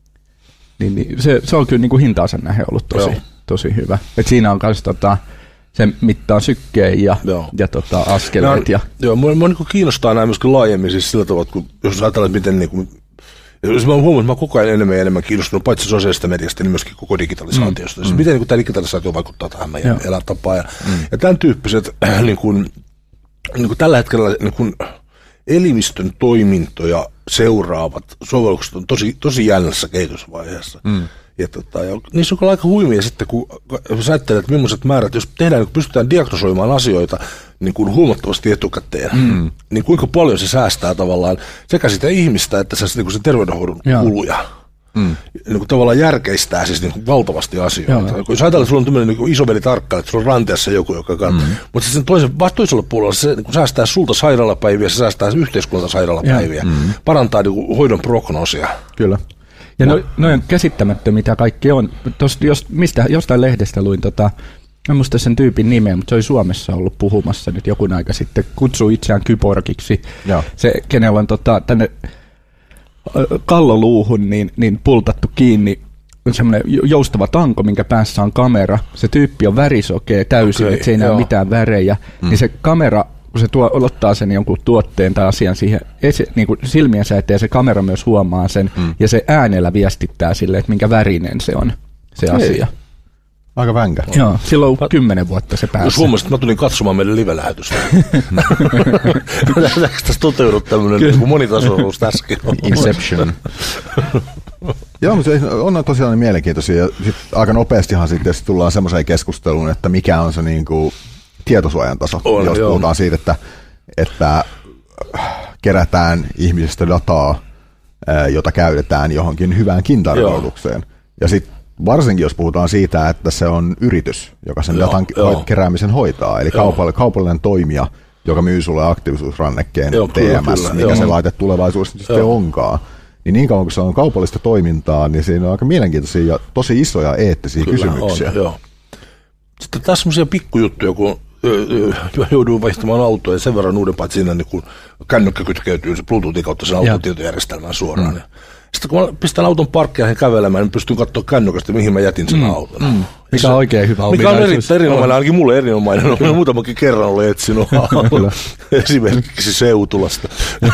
niin, niin, se, se on kyllä niin kuin hintaansa nähden ollut tosi. Joo. Tosi hyvä. Et siinä on myös tota, se mittaa sykkeen ja, ja tota, askeleet. No, ja... Joo, mua, mua niin kiinnostaa näin myöskin laajemmin siis sillä tavalla, kun jos ajatellaan, miten niin kuin, jos mä huomannut, että mä koko ajan enemmän ja enemmän kiinnostunut paitsi sosiaalisesta mediasta, niin myöskin koko digitalisaatiosta. Mm. Siis miten niin tämä digitalisaatio vaikuttaa tähän meidän elämäntapaan. Ja, mm. ja tämän tyyppiset niin kuin, niin kuin tällä hetkellä niin kuin, elimistön toimintoja seuraavat sovellukset on tosi, tosi jännässä kehitysvaiheessa. Mm. Ja tota, ja niissä on kyllä aika huimia sitten, kun sä ajattelet, että millaiset määrät, jos tehdään, kun pystytään diagnosoimaan asioita niin kuin huomattavasti etukäteen, mm. niin kuinka paljon se säästää tavallaan sekä sitä ihmistä, että se, niin kuin se terveydenhoidon Jaa. kuluja. Mm. Niin kuin tavallaan järkeistää siis niin kuin valtavasti asioita. Jaa. Jos ajatellaan, että sulla on tämmöinen niin isoveli tarkkailija, että sulla on ranteessa joku, joka kannattaa. Mm. Mutta sitten toisen, toisella puolella se niin kuin säästää sulta sairaalapäiviä, se säästää yhteiskunta sairaalapäiviä, mm. parantaa niin kuin hoidon prognoosia. Kyllä. Ja no, no on käsittämättömiä, mitä kaikki on. Tosta, jos, mistä, jostain lehdestä luin, tota, en muista sen tyypin nimeä, mutta se oli Suomessa ollut puhumassa nyt joku aika sitten. Kutsuu itseään kyborgiksi. Joo. Se, kenellä on tota, tänne kalloluuhun niin, niin pultattu kiinni semmoinen joustava tanko, minkä päässä on kamera. Se tyyppi on värisokea täysin, okay, että se ei näe mitään värejä. Mm. Niin se kamera, kun se tuo, ottaa sen jonkun tuotteen tai asian siihen esi, niin kuin silmiensä eteen, se kamera myös huomaa sen. Mm. Ja se äänellä viestittää sille, että minkä värinen se on se Hei. asia. Aika vänkä. Joo, silloin on kymmenen vuotta se päässä. Jos huomasit, että mä tulin katsomaan meidän live-lähetystä. Tästä tässä toteudut tämmöinen niin monitasoisuus tässäkin. Inception. Joo, mutta on tosiaan mielenkiintoisia. Ja sit aika nopeastihan sitten tullaan semmoiseen keskusteluun, että mikä on se niin kuin tietosuojan taso. On, jos joo. puhutaan siitä, että, että kerätään ihmisestä dataa, jota käytetään johonkin hyväänkin tarkoitukseen. Joo. Ja sitten varsinkin jos puhutaan siitä, että se on yritys, joka sen joo, datan joo. keräämisen hoitaa, eli kaupall- kaupallinen toimija, joka myy sulle aktiivisuusrannekkeen joo, T M S, kyllä, mikä joo. se laite tulevaisuudessa sitten onkaan. Niin niin kauan kun se on kaupallista toimintaa, niin siinä on aika mielenkiintoisia ja tosi isoja eettisiä kyllä, kysymyksiä. On, joo. Sitten taas semmoisia pikkujuttuja, kun jouduin vaihtamaan autoa ja sen verran uudempaa, että siinä niin kännykkä kytkeytyy se Bluetoothin kautta sen auton tietojärjestelmään suoraan. Mm. Sitten kun mä pistän auton parkkiin ja kävelemään, niin pystyn katsoa kännykästä, mihin mä jätin sen mm. auton. Mm. Mikä on oikein hyvä mikä on eri, erinomainen, ainakin mulle erinomainen. Olen muutamankin kerran olen etsinyt esimerkiksi Seutulasta.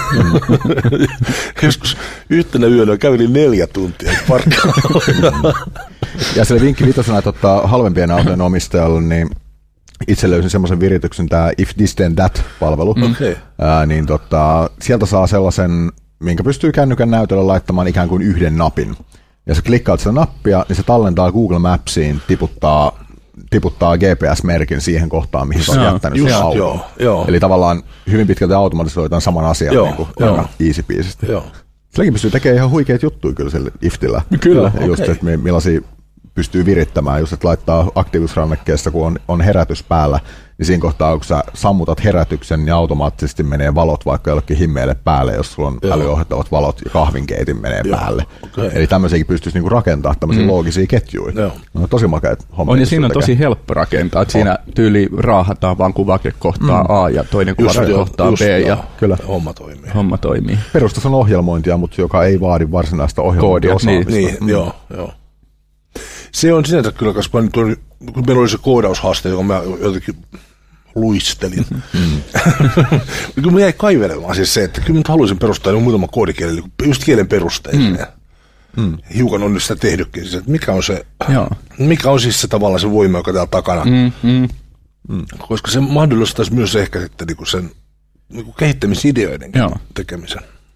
Joskus yhtenä yönä kävelin neljä tuntia parkkiin. Ja se vinkki vitosena, että ottaa halvempien autojen omistajalle, niin itse löysin semmoisen virityksen, tämä If This Then That-palvelu. Okay. Ää, niin tota, sieltä saa sellaisen, minkä pystyy kännykän näytöllä laittamaan ikään kuin yhden napin. Ja sä klikkaat sitä nappia, niin se tallentaa Google Mapsiin, tiputtaa, tiputtaa G P S-merkin siihen kohtaan, mihin sä oot jättänyt sen auton. Joo, joo. Eli tavallaan hyvin pitkälti automatisoidaan saman asian joo, niin kuin joo. easy-peasisesti. Silläkin pystyy tekemään ihan huikeita juttuja kyllä sillä Iftillä. Kyllä, ja just, okay. että millaisia pystyy virittämään, just että laittaa aktiivisuusrannekkeesta, kun on, on herätys päällä, niin siinä kohtaa, kun sä sammutat herätyksen, niin automaattisesti menee valot vaikka jollekin himmeelle päälle, jos sulla on älyohjattavat valot ja kahvinkeitin menee Joo. päälle. Okay. Eli tämmöisiäkin pystyisi niinku rakentamaan tämmöisiä mm. loogisia ketjuja. Joo. No, tosi makeat hommat. On ja siinä on tosi helppo rakentaa, että siinä tyyli raahataan vaan kuvake kohtaa mm. A ja toinen kuvake kohtaa B ja, ja kyllä. homma toimii. Homma toimii. Perustason ohjelmointia, mutta joka ei vaadi varsinaista ohjelmointiosaamista. Niin, niin, mm. joo, joo. Se on sinänsä kyllä, koska kun meillä oli se koodaushaaste, joka mä jotenkin luistelin. Mm. Kun mä jäin kaivelemaan siis se, että kyllä mä haluaisin perustaa muutaman koodikielellä, just kielen perusteiseen. Mm. Mm. Hiukan on nyt sitä tehdytkin, siis, että mikä on se, Joo. mikä on siis se tavallaan se voima, joka täällä takana. Mm. Mm. Mm. Koska se mahdollistaisi myös ehkä sitten niinku sen niinku kehittämisideoiden Joo. tekemisen.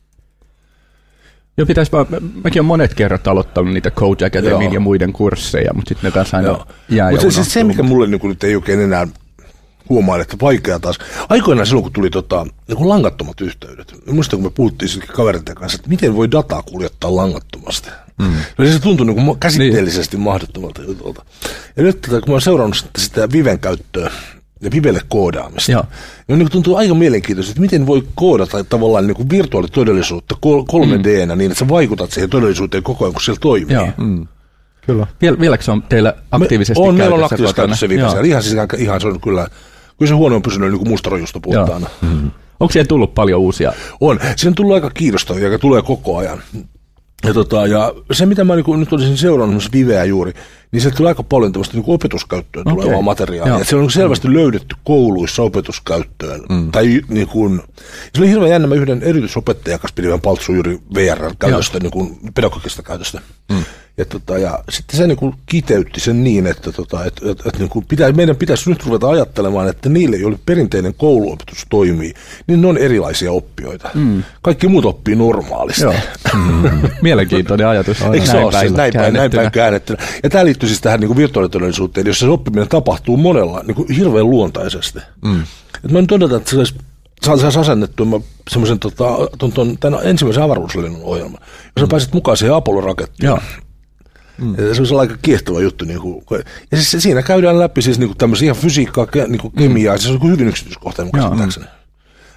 Joo, pitäisi vaan, mäkin olen monet kerrat aloittanut niitä Code Academyn ja muiden kursseja, mutta sitten ne taas aina Joo. jää Mutta se, se, mikä mulle niin nyt ei oikein enää huomaa, että vaikea taas. Aikoinaan silloin, kun tuli tota, niin langattomat yhteydet. Muistan, kun me puhuttiin kavereiden kanssa, että miten voi dataa kuljettaa langattomasti. Mm. No, se tuntui niin käsitteellisesti niin. mahdottomalta jutulta. Ja nyt, kun mä oon seurannut sitä Viven käyttöä, ja Vivelle koodaamista. Joo. Ja niin tuntuu aika mielenkiintoista, että miten voi koodata tavallaan niin kuin virtuaalitodellisuutta kolme D-nä mm. niin, että sä vaikutat siihen todellisuuteen koko ajan, kun siellä toimii. Joo. Mm. Kyllä. Viel, vieläkö se on teillä aktiivisesti Me, on, käytössä? On, meillä on aktiivisesti käytössä Vivessä. Ihan, siis, ihan se on kyllä, kyllä se huone on pysynyt niin kuin muusta rojusta puhtaana. Mm. Onko siellä tullut paljon uusia? On. Siinä on tullut aika kiinnostavia, joka tulee koko ajan. Ja, tota, ja se, mitä mä niin nyt olisin seurannut Viveä juuri, niin se tulee aika paljon tämmöistä niin opetuskäyttöön okay. tulevaa materiaalia. Se on niin selvästi mm. löydetty kouluissa opetuskäyttöön. Mm. Tai, niin kuin, se oli hirveän jännä, mä yhden erityisopettajan kanssa pidin paltsu juuri V R-käytöstä, niin kuin pedagogista käytöstä. Mm. Ja, tota, ja sitten se niin kuin kiteytti sen niin, että, tota, että, että, että niin kuin pitää, meidän pitäisi nyt ruveta ajattelemaan, että niille, joille perinteinen kouluopetus toimii, niin ne on erilaisia oppijoita. Mm. Kaikki muut oppii normaalisti. Joo. Mm. Mielenkiintoinen ajatus. Eikö se ole siis näin päin, näin päin käännettynä? Ja tämä liittyy siis tähän niin kuin virtuaalitodellisuuteen, jossa se oppiminen tapahtuu monella niin kuin hirveän luontaisesti. Mm. Et mä nyt todeta, että se olisi saataisiin asennettua semmoisen tota, tämän ensimmäisen avaruuslennon ohjelman, jossa mm. pääsit mukaan siihen Apollo-rakettiin. Joo. Mm. Se on aika kiehtova juttu. Niin kuin, ja siis siinä käydään läpi siis, niin kuin tämmöisiä ihan fysiikkaa, niin kuin kemiaa, mm. se on hyvin yksityiskohtainen mukaan.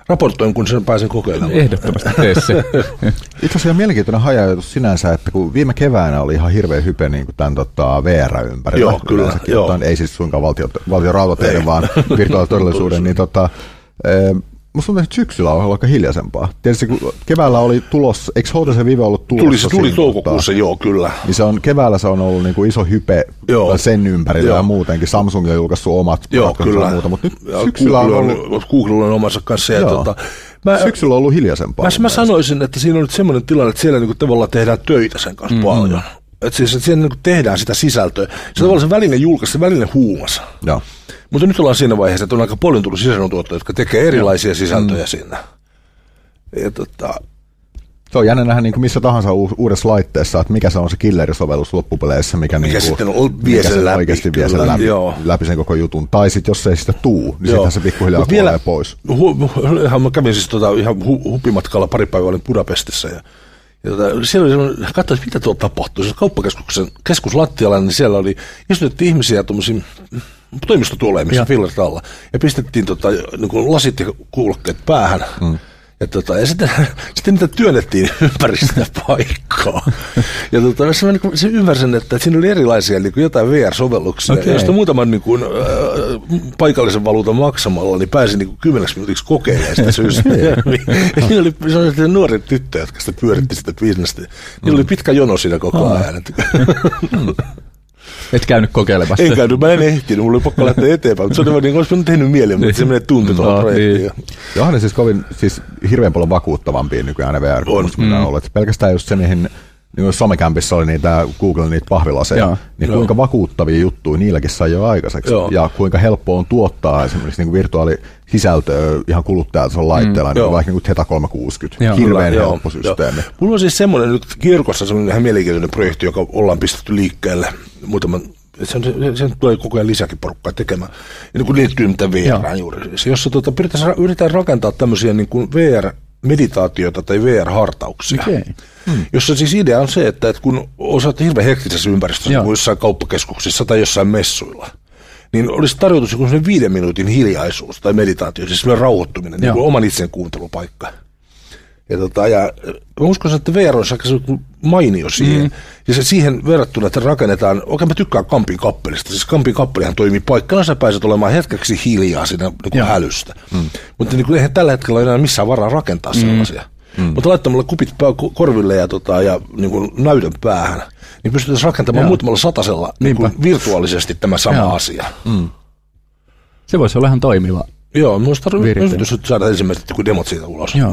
raportoin, kun sen pääsen kokeilemaan. Ehdottomasti tee se. Itse asiassa mielenkiintoinen hajautus sinänsä, että kun viime keväänä oli ihan hirveän hype niin kuin tämän tota, V R-ympärillä. Joo, kyllä. Joo. Ei siis suinkaan valtion, valtion rautateiden, vaan virtuaalitodellisuuden. niin tota, e, musta tuntuu, että syksyllä on ollut aika hiljaisempaa. Tietysti kun keväällä oli tulossa, eikö H T C Vive ollut tulossa? Tuli se tuli toukokuussa, joo, kyllä. Niin se on, keväällä se on ollut niin kuin iso hype joo. sen ympärillä joo. ja muutenkin. Samsung on julkaissut omat joo, kyllä. ja muuta, mutta nyt ja syksyllä Google on ollut... Google on omansa kanssa. Ja tota, mä, syksyllä on ollut hiljaisempaa. Mä, mä sanoisin, että siinä on nyt semmoinen tilanne, että siellä niinku tavallaan tehdään töitä sen kanssa mm, paljon. Että siis, että siellä niinku tehdään sitä sisältöä. Se mm. tavallaan se välinen julkaisi, se välinen huumas. Joo. Mutta nyt ollaan siinä vaiheessa, että on aika paljon tullut sisällöntuottajia, jotka tekee erilaisia sisältöjä mm. sinne. Ja tota... Se on jännä nähdä niin kuin missä tahansa u- uudessa laitteessa, että mikä se on se killerisovellus loppupeleissä, mikä, mikä, niin sitten on, vie sen läpi, oikeasti vie sen läpi, läpi sen koko jutun. Tai sitten jos ei sitä tuu, niin sittenhän se pikkuhiljaa kuolee pois. Hu, hu, mä kävin siis tota, ihan hu, hupimatkalla pari päivää, olin Budapestissa ja, ja tota, siellä oli semmoinen, katsoin, mitä tuolla tapahtui. Se kauppakeskuksen keskuslattialla, niin siellä oli, istutettiin ihmisiä tuommoisiin toimistotuoleen, missä fillarit alla, ja pistettiin tota, niin kuin lasit ja kuulokkeet päähän. Mm. Ja, tota, ja sitten, sitten niitä työnnettiin ympäri sitä paikkaa. Ja tota, mä niin kuin, ymmärsin, että, että siinä oli erilaisia niin kuin jotain V R-sovelluksia, okay. joista muutaman niin kuin, äh, paikallisen valuutan maksamalla niin pääsin niin kuin kymmeneksi minuutiksi kokeilemaan sitä systeemiä. Siinä oli sellaisia nuoria tyttöjä, jotka sitä pyöritti sitä bisnestä. Niillä oli pitkä jono siinä koko oh. ajan. Et käynyt kokeilemassa. En käynyt, mä en ehtinyt, mulla oli pakko lähteä eteenpäin, mutta se oli niin kuin olisi tehnyt mieli, mutta se menee tunti tuolla projektiin. Ja onhan ne siis kovin, siis hirveän paljon vakuuttavampia nykyään ne V R-kohdassa, mitä on ollut. Pelkästään just se, mihin niin somecampissa oli niitä Google niitä pahvilaseja, Joo. niin kuinka Joo. vakuuttavia juttuja niilläkin sai jo aikaiseksi. Joo. Ja kuinka helppoa on tuottaa esimerkiksi niin virtuaalisisältöä ihan kuluttajaltason laitteella, mm. niin vaikka niin Theta kolmesataakuusikymmentä. Joo. Hirveän Joo. helppo systeemi. Joo. Mulla on siis semmoinen nyt Kirkossa semmoinen ihan mielenkiintoinen projekti, joka ollaan pistetty liikkeelle muutaman. Sen, sen, sen tulee koko ajan lisäkin porukkaa tekemään. Ja niin kuin liittyy mitä V R:ään juuri. Jossa tuota, yritetään rakentaa tämmöisiä niin kuin V R-meditaatioita tai V R-hartauksia. Okay. Hmm. Jossa siis idea on se, että, että kun osaat hirveän hektisessä ympäristössä, kuin jossain kauppakeskuksissa tai jossain messuilla, niin olisi tarjotus joku sellainen viiden minuutin hiljaisuus tai meditaatio, siis sellainen rauhoittuminen, niin kuin oman itsen kuuntelupaikka. Ja, tota, ja mä uskon, että V R on aika mainio siihen. Mm. Ja se siihen verrattuna, että rakennetaan, oikein mä tykkään Kampin kappelista. Siis Kampin kappelihan toimii paikkana, sä pääset olemaan hetkeksi hiljaa siinä niin kuin hälystä. Mm. Mutta niin kuin, eihän tällä hetkellä ole enää missään varaa rakentaa mm. sellaisia. Mm. Mutta laittamalla kupit pää- korville ja, tota, ja niin kuin näytön päähän, niin pystytään rakentamaan Joo. muutamalla satasella niin kuin virtuaalisesti tämä sama Joo. asia. Mm. Se voisi olla ihan toimiva. Joo, minusta tarvitsisi saada ensimmäiset demot siitä ulos. Joo.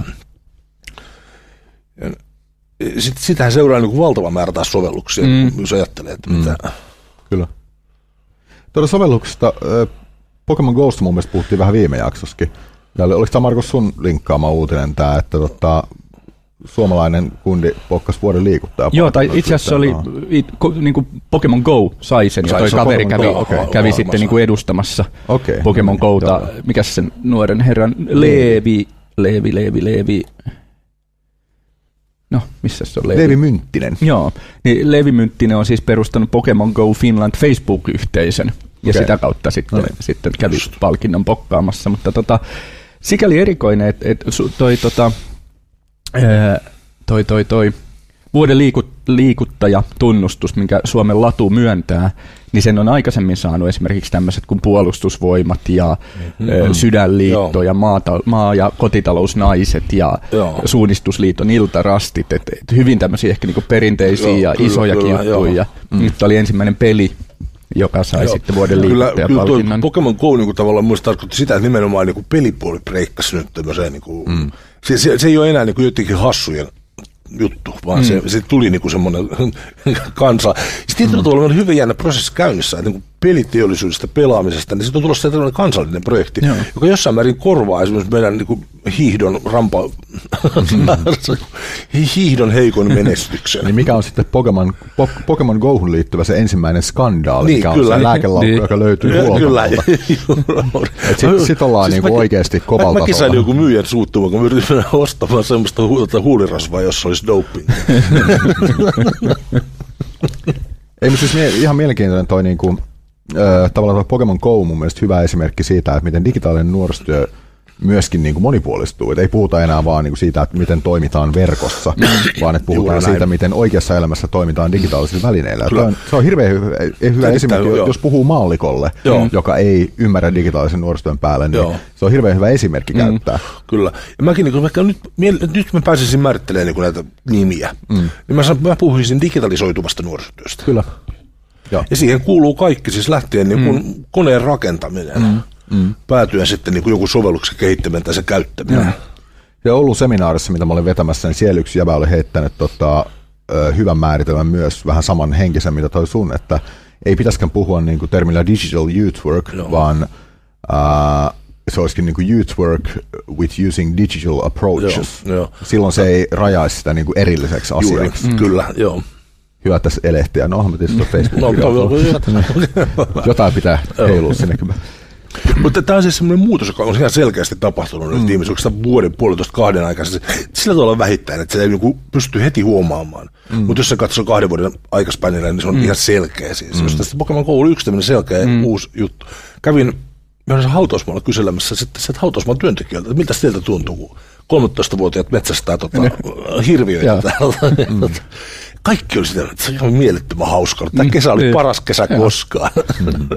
Sitten sitähän seuraa niin kuin valtava määrä taas sovelluksia, mm. jos ajattelee, että mm. mitä... Kyllä. Tuolla sovelluksesta äh, Pokemon Gosta mun mielestä puhuttiin vähän viime jaksossakin. Ja oliko tämä Markus sun linkkaama uutinen tämä, että tota, suomalainen kundi pokkasi vuoden liikuttaja? Joo, tai itse asiassa se oli niin kuin Pokemon Go sai sen, ja toi kaveri Pokemon kävi, okay. kävi sitten niin kuin edustamassa okay. Pokemon Gota. Mikäs sen nuoren herran Leevi, Leevi, Leevi, Leevi... No, missä se on? Leevi, Leevi Mynttinen. Joo, niin Leevi Mynttinen on siis perustanut Pokemon Go Finland Facebook-yhteisön, ja okay. sitä kautta sitten, okay. sitten kävi palkinnon pokkaamassa, mutta tota, sikäli erikoinen, että et toi, tota, toi, toi, toi vuoden liikut, liikuttaja-tunnustus, minkä Suomen Latu myöntää, niin sen on aikaisemmin saanut esimerkiksi tämmöiset kuin Puolustusvoimat ja mm-hmm. Sydänliitto Joo. ja maata, maa- ja kotitalousnaiset ja Joo. Suunnistusliiton iltarastit. Et, et hyvin tämmöisiä ehkä niinku perinteisiä Joo, ja kyllä, isojakin juttuja. Mm. Nyt oli ensimmäinen peli, joka sai Joo. sitten vuoden liikuttajapalkinnon. Kyllä Pokemon Go niin tavallaan muista tarkoitti sitä, että nimenomaan niin pelipuoli breikkasi nyt tämmöiseen. Niin kuin, mm. se, se, se ei ole enää niin jotenkin hassujen juttu, vaan mm. se, se tuli niinku semmoinen kansa. Sitten mm. on ollut hyvin jännä prosessi käynnissä, että niin peliteollisuudesta pelaamisesta, niin sitten on tullut sellainen kansallinen projekti, Joo. joka jossain määrin korvaa esimerkiksi meidän niin kuin hiihdon rampa, mm. hiihdon heikon menestyksen. Niin mikä on sitten Pokemon, po, Pokemon Gohun liittyvä se ensimmäinen skandaali, niin, mikä kyllä. on se lääkelaukku, niin. joka löytyy huoltamalta. Sitten sit ollaan siis niinku oikeasti kovalla tasolla. Mäkin sain joku myyjän suuttuma, kun me yritin ostamaan semmoista hu- huulirasvaa, jossa olisi doping. Ei, mutta siis ihan mielenkiintoinen toi niinku, äh, tavallaan toi Pokemon Go mun mielestä hyvä esimerkki siitä, että miten digitaalinen nuorisotyö myöskin niin kuin monipuolistuu. Et ei puhuta enää vaan niin kuin siitä, että miten toimitaan verkossa, vaan että puhutaan siitä, miten oikeassa elämässä toimitaan digitaalisilla välineillä. On, se on hirveän hyvä, hyvä esimerkki, jo. jos puhuu maallikolle, Joo. joka ei ymmärrä digitaalisen nuorisotyön päälle, niin Joo. se on hirveän hyvä esimerkki mm. käyttää. Kyllä. Ja mäkin, niin kun, nyt, nyt mä pääsisin määrittelemään niin näitä nimiä, mm. niin mä, mä puhuisin digitalisoituvasta nuorisotyöstä. Kyllä. Ja, ja siihen kuuluu kaikki, siis lähtien niin kuin mm. koneen rakentaminen, mm. Mm. päätyen sitten niin kuin joku sovelluksen kehittäminen tai se käyttäminen. Mm. Ja Oulun seminaarissa, mitä mä olin vetämässä, niin siellä yksi jäbä oli heittänyt tota, ö, hyvän määritelmän myös, vähän saman henkisen, mitä toi sun, että ei pitäisikään puhua niin kuin termillä digital youth work, no. vaan äh, se olisikin niin kuin youth work with using digital approaches. Joo, jo. Silloin se ei rajaisi sitä niin kuin erilliseksi asiaksi. Mm. Kyllä, joo. Hyvä tässä elehtiä. No onhan me tietysti Facebook. No, jotain pitää heilua sinne. Mutta tämä on siis semmoinen muutos, joka on ihan selkeästi tapahtunut mm. viimeisen vuoden, puolitoista, kahden aikaisesti. Sillä tavalla vähittäin, että se ei niin pysty heti huomaamaan. Mm. Mutta jos se katsoo kahden vuoden aikaspäinillä, niin se on mm. ihan selkeä. Siis. Mm. Jos tästä Pokemon Go oli yksi tämmöinen selkeä mm. uusi juttu. Kävin myös hautausmaalla kyselemässä sitten sieltä hautausmaan työntekijöiltä, että miltä teiltä tuntuu, kun kolmetoistavuotiaat metsästää tota, hirviöitä täältä. Mm. Kaikki oli sitä, että se on mielettömän hauskaa. Tämä kesä oli paras kesä koskaan. Mm.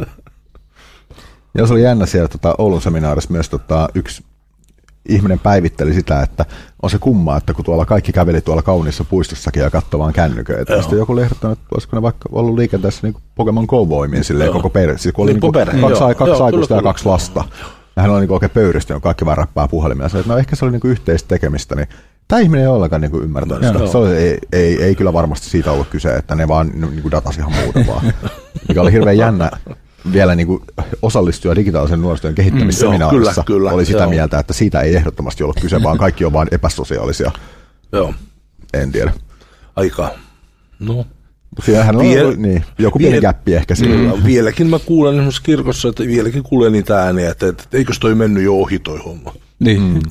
Ja se oli jännä siellä tota, Oulun seminaarissa myös tota, yksi ihminen päivitteli sitä, että on se kummaa, että kun tuolla kaikki käveli tuolla kauniissa puistossakin ja katsoi vaan kännyköitä. Ja sitten joku oli ehdottanut, että olisiko ne vaikka ollut liikenteessä niin Pokemon Go-voimien silleen koko perhe. Siis kun oli niin, niin kaksi, joo, kaksi joo, aikuista ja kaksi lasta. Ja hän oli niin oikein pöyristynyt, kaikki vaan räppää puhelimia. Ja että no ehkä se oli niin yhteistä tekemistä, niin tämä ihminen ei ollenkaan niin ymmärtänyt sitä. Se oli, ei, ei, ei kyllä varmasti siitä ollut kyse, että ne vaan niin datasi ihan muuta vaan. Mikä oli hirveän jännä vielä niin kuin osallistua digitaalisen nuorisotyön kehittämisseminaarissa. Mm, oli sitä joo. mieltä, että siitä ei ehdottomasti ollut kyse, vaan kaikki on vain epäsosiaalisia. Joo. En tiedä. Aika. No. Siellähän on Viel, niin, joku pieni gäppi ehkä siinä. Mm, vieläkin mä kuulen esimerkiksi kirkossa, että vieläkin kuulen niitä ääniä, että, että eikös toi mennyt jo ohi toi homma. Niin. Mm.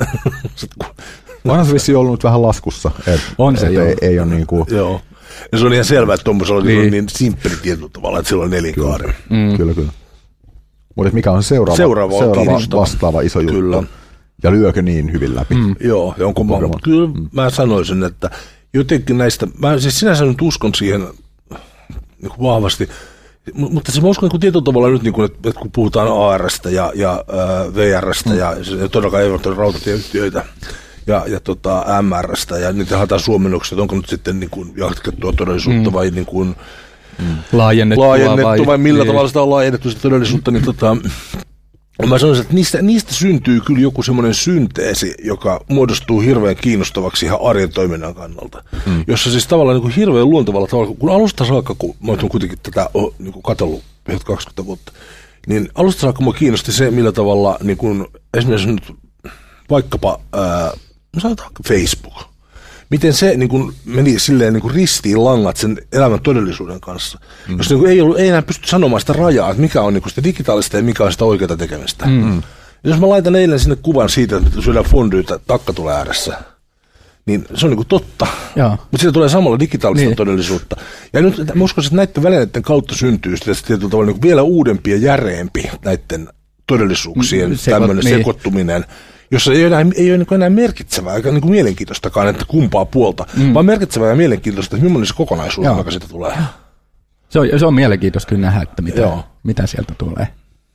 Onhan se vissiin ollut nyt vähän laskussa. Et, on se, et ei, ei ole niin kuin... Joo. Ja se on ihan selvää, että tuommoisella niin. on niin simppeli tietyllä tavalla, että sillä on nelinkaari. Kyllä, mm. kyllä. kyllä. Mutta mikä on seuraava, seuraava, seuraava vastaava iso juttu? Kyllä. Ja lyökö niin hyvin läpi? Mm. Joo, ja onko mä, kyllä mm. mä sanoisin, että jotenkin näistä, mä siis sinänsä nyt uskon siihen niin kuin vahvasti, mutta se mä uskon niin tietyllä tavalla nyt, niin kuin, että kun puhutaan A R:stä ja, ja äh, V R:stä mm. ja, ja todellakaan ei ole rautatieyhtiöitä, ja, ja tota, M R:stä, ja niitä haetaan suomennoksia, että onko nyt sitten niin kuin jatkettua todellisuutta mm. vai niin kuin, mm. laajennettua, laajennettua vai, vai millä ei. tavalla sitä on laajennettu sitä todellisuutta, niin tota, mä sanoisin, että niistä, niistä syntyy kyllä joku semmoinen synteesi, joka muodostuu hirveän kiinnostavaksi ihan arjen toiminnan kannalta, mm. jossa siis tavallaan niin kuin hirveän luontevalla tavalla, kun alusta saakka, kun mä oon kuitenkin tätä niin kuin katsellut kaksikymmentä vuotta, niin alusta saakka mua kiinnosti se, millä tavalla niin kuin, esimerkiksi nyt vaikkapa ää, sanotaan Facebook. Miten se niin kuin, meni silleen niin kuin ristiin langat sen elämän todellisuuden kanssa. Mm. Jos niin kuin, ei, ollut, ei enää pysty sanomaan sitä rajaa, että mikä on niin kuin sitä digitaalista ja mikä on sitä oikeaa tekemistä. Mm. Jos mä laitan eilen sinne kuvan siitä, että syödään fondyytä takka tulee ääressä, niin se on niin kuin totta. Mutta siitä tulee samalla digitaalista niin. todellisuutta. Ja nyt mä uskon, että näiden välineiden kautta syntyy sitä tietyllä tavalla niin kuin vielä uudempi ja järeempi näiden todellisuuksien se, tämmöinen niin. sekoittuminen, jossa ei ole enää, ei ole enää merkitsevää eikä niin kuin mielenkiintoistakaan, että kumpaa puolta, mm. vaan merkitsevää ja mielenkiintoista, että millainen se kokonaisuus on, joka siitä tulee. Se on, se on mielenkiintoista kyllä nähdä, että mitä, mitä sieltä tulee.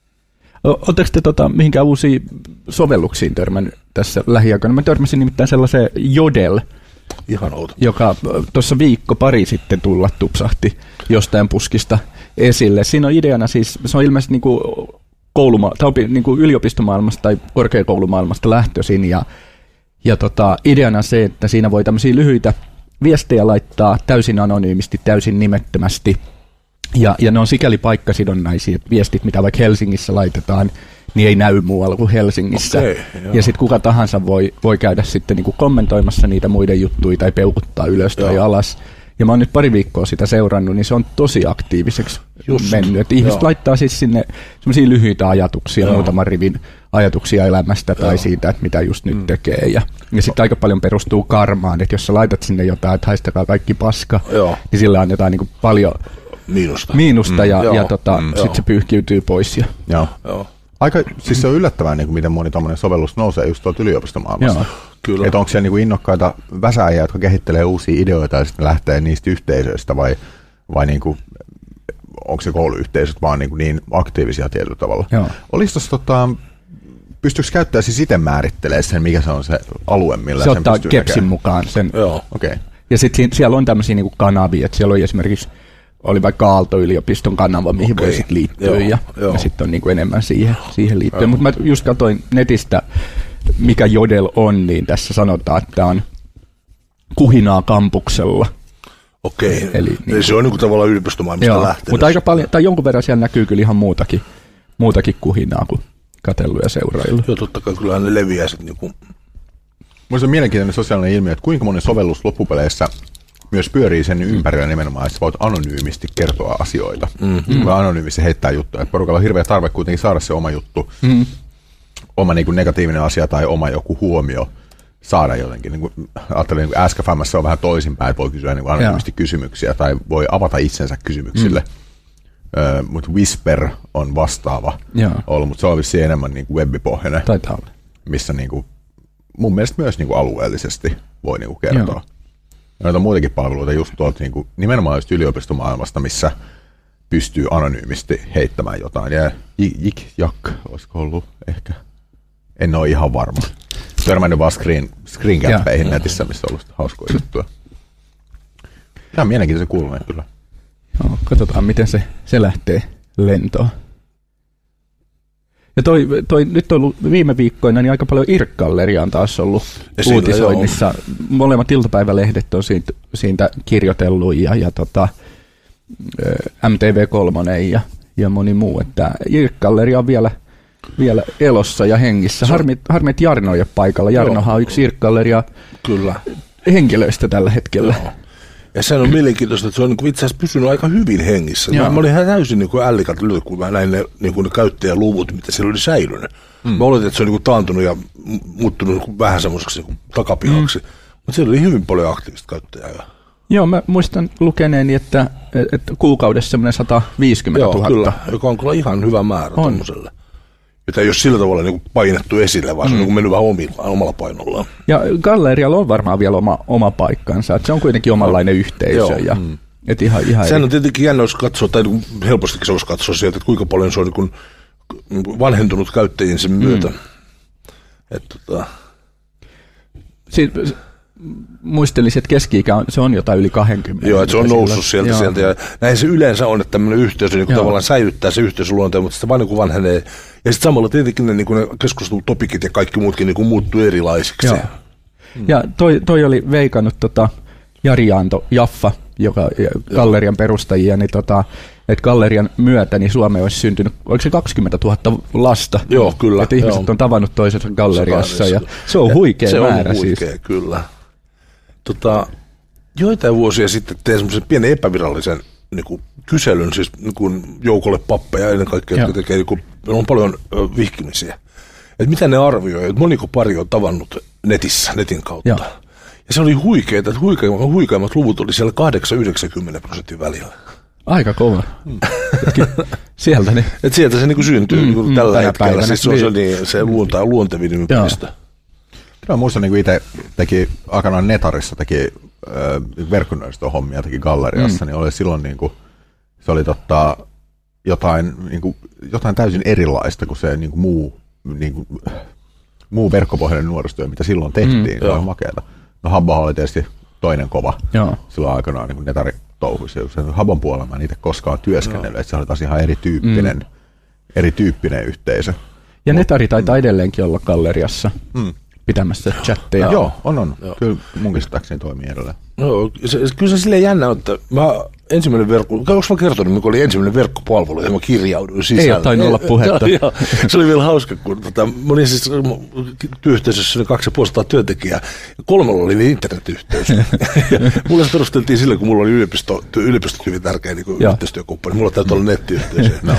Oletteko te tota, mihinkään uusiin sovelluksiin törmännyt tässä lähiaikoina? Mä törmäsin nimittäin sellaiseen Jodel, Ihan outo. joka tuossa viikko pari sitten tulla tupsahti jostain puskista esille. Siinä on ideana siis, se on ilmeisesti niin kuin kouluma- tai niin kuin yliopistomaailmasta tai korkeakoulumaailmasta lähtöisin, ja, ja tota, ideana se, että siinä voi tämmöisiä lyhyitä viestejä laittaa täysin anonyymisti, täysin nimettömästi, ja, ja ne on sikäli paikkasidonnaisia, että viestit, mitä vaikka Helsingissä laitetaan, niin ei näy muualla kuin Helsingissä. Okay, ja sitten kuka tahansa voi, voi käydä sitten niin kuin kommentoimassa niitä muiden juttuja tai peukuttaa ylös joo. tai alas. Ja mä oon nyt pari viikkoa sitä seurannut, niin se on tosi aktiiviseksi Just, mennyt. Että ihmiset joo. laittaa siis sinne semmoisia lyhyitä ajatuksia, joo. muutaman rivin ajatuksia elämästä tai joo. siitä, että mitä just nyt mm. tekee. Ja, ja sitten aika paljon perustuu karmaan, että jos sä laitat sinne jotain, että haistakaa kaikki paska, joo. niin sillä on jotain niin kuin paljon miinusta, miinusta mm. ja, ja tota, mm. sitten se pyyhkiytyy pois. Ja, joo. Joo. Aika, siis se on yllättävää, niin kuin miten moni tommoinen sovellus nousee just tuolta yliopistomaailmasta. Kyllä. Että onko siellä niin kuin innokkaita väsääjiä, jotka kehittelee uusia ideoita ja sitten lähtee niistä yhteisöistä vai, vai niin kuin, onko se kouluyhteisöt vaan niin, kuin niin aktiivisia tietyllä tavalla. Olisi tuossa tota, pystyykö käyttäjä siis itse määrittelemään sen, mikä se on se alue, millä se sen ottaa pystyy Kepsin näkemään? mukaan sen. Joo. Okay. Ja sitten siellä on tämmöisiä niinku kanavia, että siellä on esimerkiksi, oli vaikka Aalto-yliopiston kanava, mihin okay. voi sitten liittyä, joo, ja, ja sitten on niinku enemmän siihen, siihen liittyen. Mutta mä just katsoin netistä, mikä Jodel on, niin tässä sanotaan, että on kuhinaa kampuksella. Okei, eli niin, se on niinku tavallaan yliopistomaailmasta lähtenyt. Mutta aika paljon, tai jonkun verran siellä näkyy kyllä ihan muutakin, muutakin kuhinaa kuin katsellut ja seuraillut. Joo, totta kai kyllähän ne leviää sitten niinku. Minusta on mielenkiintoinen sosiaalinen ilmiö, että kuinka monen sovellus loppupeleissä myös pyörii sen ympärillä nimenomaan, että sä voit anonyymisti kertoa asioita. Mm-hmm. Vai anonyymisti heittää juttuja. Että porukalla on hirveä tarve kuitenkin saada se oma juttu, mm-hmm. oma niin kuin negatiivinen asia tai oma joku huomio saada jotenkin. Niin kuin, ajattelin, niin Ask F M:ssä on vähän toisinpäin, että voi kysyä niin kuin anonyymisti ja. kysymyksiä tai voi avata itsensä kysymyksille. Mm. Ö, mutta Whisper on vastaava ja. ollut, mutta se on vissiin enemmän niin kuin web-pohjainen. Taitaa olla. Missä niin kuin, mun mielestä myös niin kuin alueellisesti voi niin kuin kertoa. Joo. Noita muitakin palveluita just tuolta niin kuin, nimenomaan just yliopistomaailmasta, missä pystyy anonyymisti heittämään jotain. Ja Jik Jak, olisiko ollut ehkä? En ole ihan varma. Törmännyt vaan screen, screencappeihin netissä, missä on ollut hauskoja juttuja. Tämä on mielenkiintoisen kuulunen kyllä. Joo, katsotaan, miten se, se lähtee lentoon. Ja toi, toi, nyt on ollut viime viikkoina niin aika paljon I R C-galleriaa on taas ollut Esillä, uutisoinnissa. Joo. Molemmat iltapäivälehdet on siitä, siitä kirjoitellut ja, ja tota, M T V kolme ja, ja moni muu. Että I R C-galleria on vielä, vielä elossa ja hengissä. Harmi, harmi että Jarno ei ole paikalla. Jarnohan on yksi I R C-galleria kyllä henkilöistä tällä hetkellä. Joo. Ja sehän on mielenkiintoista, että se on niin itse asiassa pysynyt aika hyvin hengissä. Mä, mä olin ihan täysin niin ällikät lyöty, kun mä näin ne, niin ne käyttäjäluvut, mitä siellä oli säilynyt. Mm. Mä oletin, että se on niin taantunut ja muuttunut niin vähän semmoiseksi niin takapihaksi. Mm. Mutta siellä oli hyvin paljon aktiivista käyttäjää. Joo, mä muistan lukeneeni, että, että kuukaudessa semmoinen sata viisikymmentätuhatta. Joo, kyllä, joka on kyllä ihan hyvä määrä tuommoiselle. Jota ei ole sillä tavalla niin painettu esille, vaan mm. se on niin mennyt vähän omilla, omalla painollaan. Ja gallerialla on varmaan vielä oma, oma paikkansa, että se on kuitenkin omanlainen yhteisö. Ja, mm. et ihan, ihan sehän on tietenkin jännä, jos katsoo, tai helpostikin se olisi katsoa sieltä, että kuinka paljon se on niin vanhentunut käyttäjien sen myötä. Mm. Et, tota. Siis, muistelisin, että keski-ikä on, se on jotain yli kaksikymmentä. Joo, että se on noussut sieltä, joo. sieltä. Ja näin se yleensä on, että tämmöinen yhteisö niin tavallaan säilyttää se yhteisöluonteen, mutta sitten vaan niin vanhenee. Ja sitten samalla tietenkin ne, niin ne keskustelutopikit ja kaikki muutkin niin muuttuu erilaisiksi. Joo. Hmm. Ja toi, toi oli veikannut tota, Jari Jaanto Jaffa, joka gallerian perustajia, niin tota, että gallerian myötä niin Suomeen olisi syntynyt, oliko se kaksikymmentätuhatta lasta? Joo, kyllä. Että ihmiset joo. on tavannut toisensa galleriassa ja se on huikea se määrä. On huikea, siis. Kyllä. Tota, joitain vuosia sitten tein semmoisen pienen epävirallisen niin kuin, kyselyn siis niin kuin, joukolle pappeja ennen kaikkea, jotka tekee, niin kuin, on paljon ö, vihkimisiä. Että mitä ne arvioi, että moniko pari on tavannut netissä, netin kautta. Joo. Ja se oli huikeaa, että huikeimmat, huikeimmat luvut oli siellä kahdeksan yhdeksänkymmentä prosentin välillä. Aika kova. Mm. Sieltä, niin. Et sieltä se niin syntyy mm, niin tällä mm, hetkellä. Päivänä. Siis se on se, niin, se luonta, luontevin ympäristö. Mä muistan, niin kuin itse teki aikanaan Netarissa, teki äh, verkkonöistä hommia, teki galleriassa, mm. niin oli silloin niin kuin, se oli totta, jotain, niin kuin, jotain täysin erilaista kuin se niin kuin muu, niin kuin, muu verkkopohjainen nuorisotyö, mitä silloin tehtiin. Mm, se oli makeata. No Habba oli tietysti toinen kova joo. silloin aikanaan niin kuin Netarin touhuissa. Habon puolella mä en itse koskaan työskennellyt, että se oli taas ihan erityyppinen, mm. erityyppinen yhteisö. Ja Netari taitaa edelleenkin olla galleriassa. Mm. Pitämässä chatteja. Joo, on, on. Joo. Kyllä munkin sitäkseni toimii edelleen. No, se, kyllä se silleen jännä on, että mä ensimmäinen verkko, onko mä kertonut, mikä oli ensimmäinen verkkopalvelu, ja mä kirjauduin sisälle. Ei ole tainnut olla puhetta. Ja, ja, se oli vielä hauska, kun tota, mä olin siis työyhteisössä kaksi ja puolesta työntekijää, ja kolmella oli internetyhteys. Ja mulle se perusteltiin sillä, kun mulla oli yliopisto, yliopistot hyvin tärkeä niin yhteistyökumppani, mulla täytyy olla nettiyhteys. No.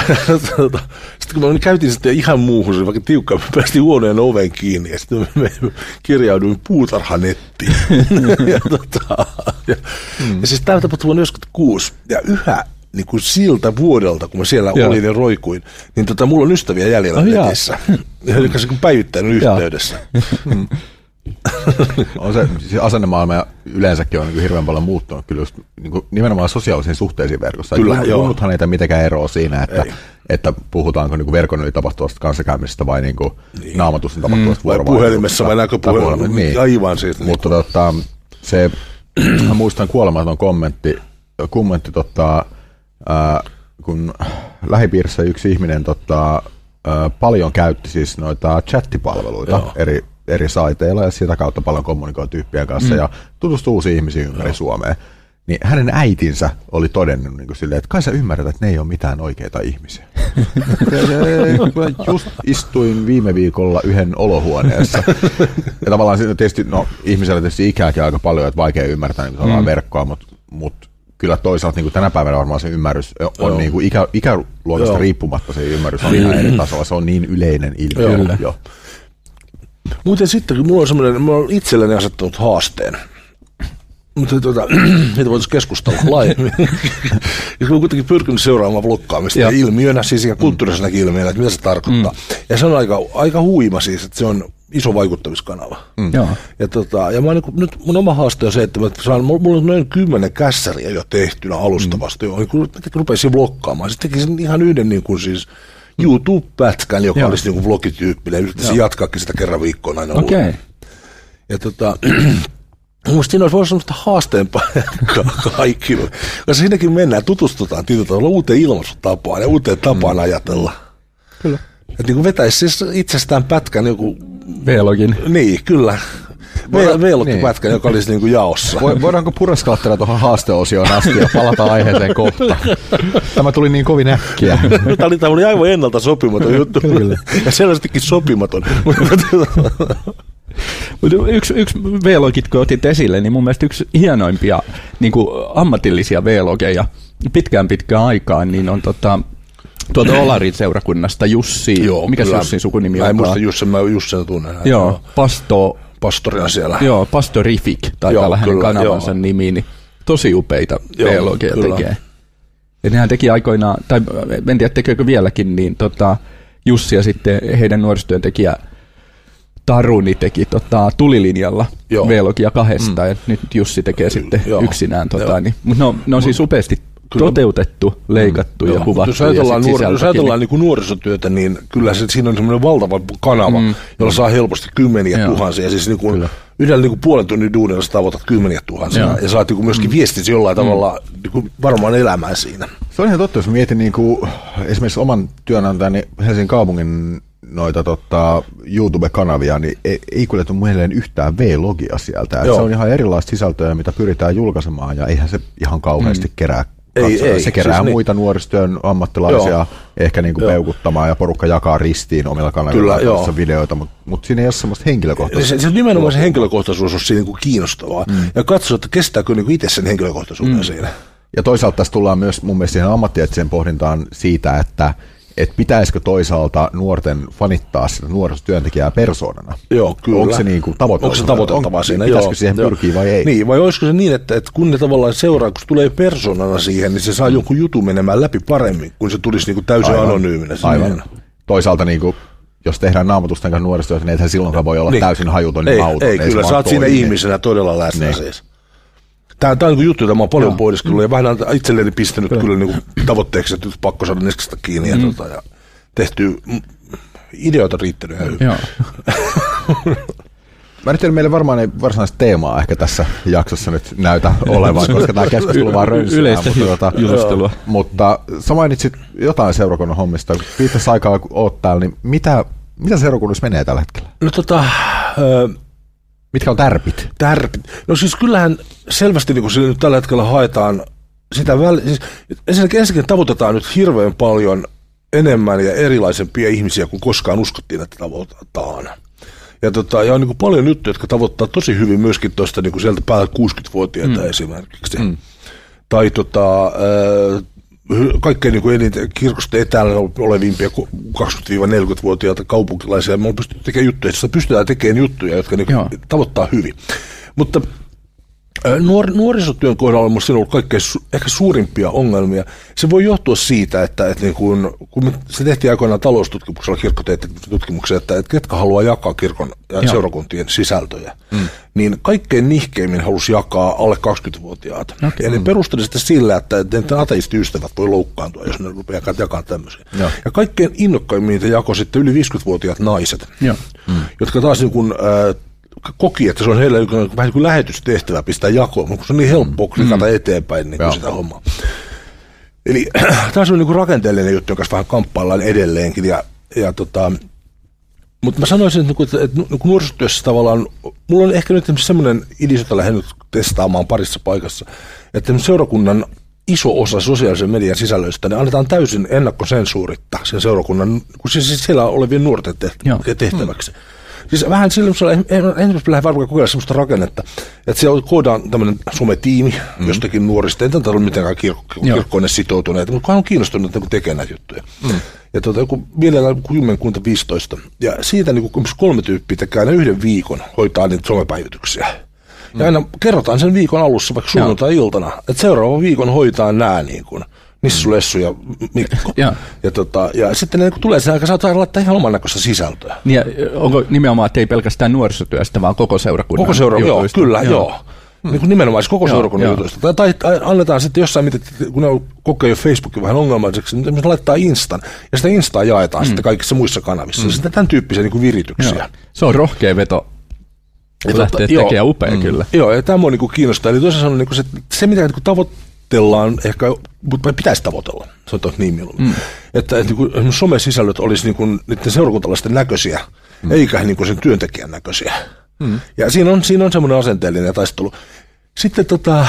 Sitten kun mä käytin sitten ihan muuhun, vaikka tiukkaan, mä päästiin huoneen oven kiinni, ja sitten mä kirjauduin puutarhanettiin. ja, tota, ja, mm. ja siis tämä tapahtui vuonna yhdeksänkymmentäkuusi, ja yhä niin kuin siltä vuodelta, kun mä siellä Joo. olin ja roikuin, niin tota, mulla on ystäviä jäljellä oh, netissä, jotka on päivittänyt yhteydessä. On se, siis asennemaailma ja yleensäkin on niin kuin hirveän paljon muuttunut kyllä just, niin kuin nimenomaan sosiaalisiin suhteisiin verkossa. Kyllä, Junnuthan ei mitään eroa siinä, että, että puhutaanko niin kuin verkon yli tapahtuvasta kanssakäymisestä vai niin kuin niin. naamatusten tapahtuvasta mm. vuorovaikutuksesta. Puhelimessa vai näköpuhelimessa, niin. aivan siitä. Mutta niin. tota, se, mä muistan kuolematon kommentti, kommentti tota, ää, kun lähipiirissä yksi ihminen tota, ää, paljon käytti siis noita chattipalveluita Joo. eri eri saiteilla ja sitä kautta paljon kommunikoi tyyppien kanssa mm. ja tutustuu uusiin ihmisiin ympäri Suomea, niin hänen äitinsä oli todennut niin kuin silleen, että kai sä ymmärrät, että ne ei ole mitään oikeita ihmisiä. Just istuin viime viikolla yhden olohuoneessa. Ja tavallaan tietysti, no ihmisellä tietysti ikääkin aika paljon, että vaikea ymmärtää niin mm. verkkoa, mutta mut kyllä toisaalta niin kuin tänä päivänä varmaan se ymmärrys on niin kuin ikä, ikäluokasta riippumatta se ymmärrys on ihan eri tasolla. Se on niin yleinen ilmiö jo. Muuten sitten, kun mulla on semmoinen, mä olen itselleni asettanut haasteen, mutta tuota, niitä voitaisiin keskustella laajemmin. Ja mä olen kuitenkin pyrkinyt seuraamaan vloggaamista ja ilmiönä, siis ihan kulttuurisenakin ilmiönä, että mitä se tarkoittaa. Mm. Ja se on aika, aika huima siis, että se on iso vaikuttamiskanava. Mm. Ja, tota, ja mä niin, nyt mun oma haaste on se, että mä saan, mulla on noin kymmenen kässäriä jo tehtynä alustavasti, mm. jo, niin rupesin vloggaamaan. Sitten tekisin ihan yhden niin kuin siis YouTube-pätkän, joka Joo. olisi niin kuin vlogityyppinen, yrittäisin jatkaakin sitä kerran viikkoon aina okay. uuden. Ja tota, musta siinä olisi voisi semmoista haasteempaa kaikille, koska siinäkin mennään, tutustutaan tietyllä uuteen ilmaisutapaan ja uuteen tapaan mm. ajatella. Kyllä. Että niin kuin vetäisi siis itsestään pätkän joku V-login. Niin, kyllä. V-login-pätkän, niin. joka olisi niin kuin jaossa. Voidaanko pureskalattella tuohon haasteosioon asti ja palata aiheeseen kohta? Tämä tuli niin kovin äkkiä. Tämä oli, tämä oli aivan ennalta sopimaton juttu. Kyllä. Ja selvästikin sopimaton. yksi yksi V-logit, kun otit esille, niin mun mielestä yksi hienoimpia niin kuin ammatillisia V-logeja pitkään pitkään aikaan, niin on tota, tuolta Olarin seurakunnasta Jussi. Joo, mikä se Jussin sukunimi on? En muista Jussi, mä Jussin tunnen. Joo, Pasto. Pastorina siellä. Joo, Pastorific taitaa olla hänen kanavansa nimi, niin tosi upeita V-logeja tekee. Ja nehän teki aikoinaan, tai en tiedä tekeekö vieläkin, niin tota, Jussi ja sitten heidän nuorisotyöntekijä Taruni teki tota, Tulilinjalla V-logia kahdesta, mm. ja nyt Jussi tekee mm. sitten Joo. yksinään. Tota, niin, mutta ne on, ne on siis upeasti Kyllä. toteutettu, leikattu mm, ja kuvattu. Jos ajatellaan, nuor- jos ajatellaan niin kuin nuorisotyötä, niin kyllä se, siinä on semmoinen valtava kanava, mm, jolla mm. saa helposti kymmeniä Joo. tuhansia. Siis niin kuin yhdellä niin kuin puolen tunnin duunilla sä tavoitat kymmeniä tuhansia. Joo. Ja saat niin kuin myöskin mm. viestisi jollain mm. tavalla niin kuin varmaan elämään siinä. Se on ihan totta, jos mietin niin kuin, esimerkiksi oman työnantajani Helsingin kaupungin noita tota, YouTube-kanavia, niin ei, ei kyllä tule mieleen yhtään V-logia sieltä. Se on ihan erilaista sisältöä, mitä pyritään julkaisemaan, ja eihän se ihan kauheasti mm. kerää. Ei, ei, se kerää siis muita niin. nuorisotyön ammattilaisia joo. ehkä niin kuin peukuttamaan ja porukka jakaa ristiin omilla kanavilla videoita, mutta mut siinä ei ole semmoista henkilökohtaisuutta. Se, se nimenomaan se henkilökohtaisuus on siinä niin kuin kiinnostavaa mm. ja katsoa, että kestääkö niin kuin itse sen henkilökohtaisuuden mm. siinä. Ja toisaalta tässä tullaan myös mun mielestä siihen ammattietsien pohdintaan siitä, että että pitäisikö toisaalta nuorten fanittaa sitä nuorisotyöntekijää persoonana? Joo, kyllä. Onko se niin kuin tavoiteltavaa? Onko se tavoiteltavaa siinä? Pitäisikö siihen joo. pyrkiä vai ei? Niin, vai olisiko se niin, että, että kun ne tavallaan seuraa, kun se tulee persoonana siihen, niin se saa jonkun jutun menemään läpi paremmin, kun se tulisi niin kuin täysin Aivan. anonyyminä. Aivan. Toisaalta niin kuin, jos tehdään naamatusten kanssa nuorisotyötä, niin eihän silloinkaan voi olla niin. täysin hajuton ei, auto. Ei, ei kyllä, sä oot siinä ihmisenä todella läsnä niin. siis. Tämä, tämä on niin juttu, jota mä oon paljon pohdiskellut ja vähän itselleni pistänyt kyllä, kyllä niin kuin tavoitteeksi, että nyt pakko saada niskasta kiinni mm. ja, tota, ja tehty ideoita riittänyt ihan hyvin. Mä nyt meille varmaan ei varsinaista teemaa ehkä tässä jaksossa nyt näytä olevan, koska tämä keskustelu vaan rönsyää. Yleistä mutta, julistelua. Mutta sä mainitsit jotain seurakunnan hommista. Viittäisi aikaa, kun oot täällä, niin mitä, mitä seurakunnassa menee tällä hetkellä? No tota... Öö, Mitkä on tärpit? Tärpit. No siis kyllähän selvästi niin kun sillä nyt tällä hetkellä haetaan sitä väl... Siis ensinnäkin, ensinnäkin tavoitetaan nyt hirveän paljon enemmän ja erilaisempia ihmisiä kuin koskaan uskottiin, että tavoitetaan. Ja, tota, ja on niin kuin paljon juttuja, jotka tavoittaa tosi hyvin myöskin tuosta niin kuin sieltä päällä kuusikymmentävuotiaita mm. esimerkiksi. Mm. Tai tota, äh, kaikkein niin kuin eniten kirkosta etäällä olevimpia kaksikymmentä-neljäkymmentävuotiaita kaupunkilaisia. Me on pystytty tekemään juttuja, joissa pystytään tekemään juttuja, jotka niin kuin tavoittaa hyvin. Mutta Nuor, nuorisotyön kohdalla on minusta ollut kaikkein su, ehkä suurimpia ongelmia. Se voi johtua siitä, että, että niin kun, kun me, se tehtiin aikoinaan taloustutkimuksella, kirkko teitti tutkimuksen, että, että ketkä haluaa jakaa kirkon ja Joo. seurakuntien sisältöjä, mm. niin kaikkein nihkeimmin halusi jakaa alle kaksikymmentävuotiaat. Okay. Ja ne mm. perusteli sitä sillä, että, että ateistiystävät voi loukkaantua, jos ne rupeaa jakamaan tämmöisiä. Joo. Ja kaikkein innokkaimmin niitä jakoi sitten yli viisikymmentävuotiaat naiset, mm. jotka taas niin kun, äh, koki, että se on heillä vähän niin kuin lähetystehtävä pistää jakoon, mutta se on niin helppoa klikata mm. eteenpäin niin kuin sitä hommaa. Eli tämä on niin kuin rakenteellinen juttu, joka vähän kamppaillaan edelleenkin. Ja, ja tota, mutta mä sanoisin, että, että, että, että nuorisotyössä tavallaan, mulla on ehkä nyt semmoinen idea, jota lähden testaamaan parissa paikassa, että seurakunnan iso osa sosiaalisen median sisällöistä, ne annetaan täysin ennakkosensuuritta sen seurakunnan, kun siis siellä olevien nuorten tehtäväksi. Mm. Siis vähän silloin, ensimmäisenä lähden varmaan kokeilla sellaista rakennetta, että siellä koodaan tämmöinen sometiimi mm. jostakin nuorista, ei tämä ole mitenkään kirkko, kirkkoinen sitoutuneet, mutta kun on kiinnostunut tekemään näitä juttuja. Mm. Ja tuota, joku mielellään kymmenkunta viisitoista, ja siitä niin kuin kolme tyyppiä tekee aina yhden viikon, hoitaa niitä somepäivityksiä. Ja aina kerrotaan sen viikon alussa, vaikka sunnuntai-iltana, että seuraava viikon hoitaa nämä niin kuin Nissu, Lessu ja Mikko. Ja, ja, tota, ja sitten ne, kun tulee sen aika, saattaa laittaa ihan oman näköistä sisältöä. Ja onko nimenomaan, että ei pelkästään nuorisotyöstä, vaan koko seurakunnan Koko seurakunnan, joo, kyllä, joo. joo. Hmm. Niin kuin nimenomaan koko joo, seurakunnan jutuista. Tai, tai, tai annetaan sitten jossain, mitä, kun ne kokee jo Facebookin vähän ongelmalliseksi, niin ne laittaa Instan, ja sitä Instaa jaetaan hmm. sitten kaikissa muissa kanavissa. Hmm. Sitten tämän tyyppisiä niin kuin virityksiä. Joo. Se on rohkea veto. Ja lähtee tekemään upea mm. kyllä. Joo, ja tämä on niin kuin kiinnostaa. Eli toisaalta niin se, se, mitä niin tavoitellaan, ehkä, mutta pitäisi tavoitella, se on niin mieluummin. Mm. Että, että niin kuin, somesisällöt olisi niin kuin, niiden seurakuntalaisten näköisiä, mm. eikä niin kuin sen työntekijän näköisiä. Mm. Ja siinä on, siinä on semmoinen asenteellinen taistelu. Sitten tota,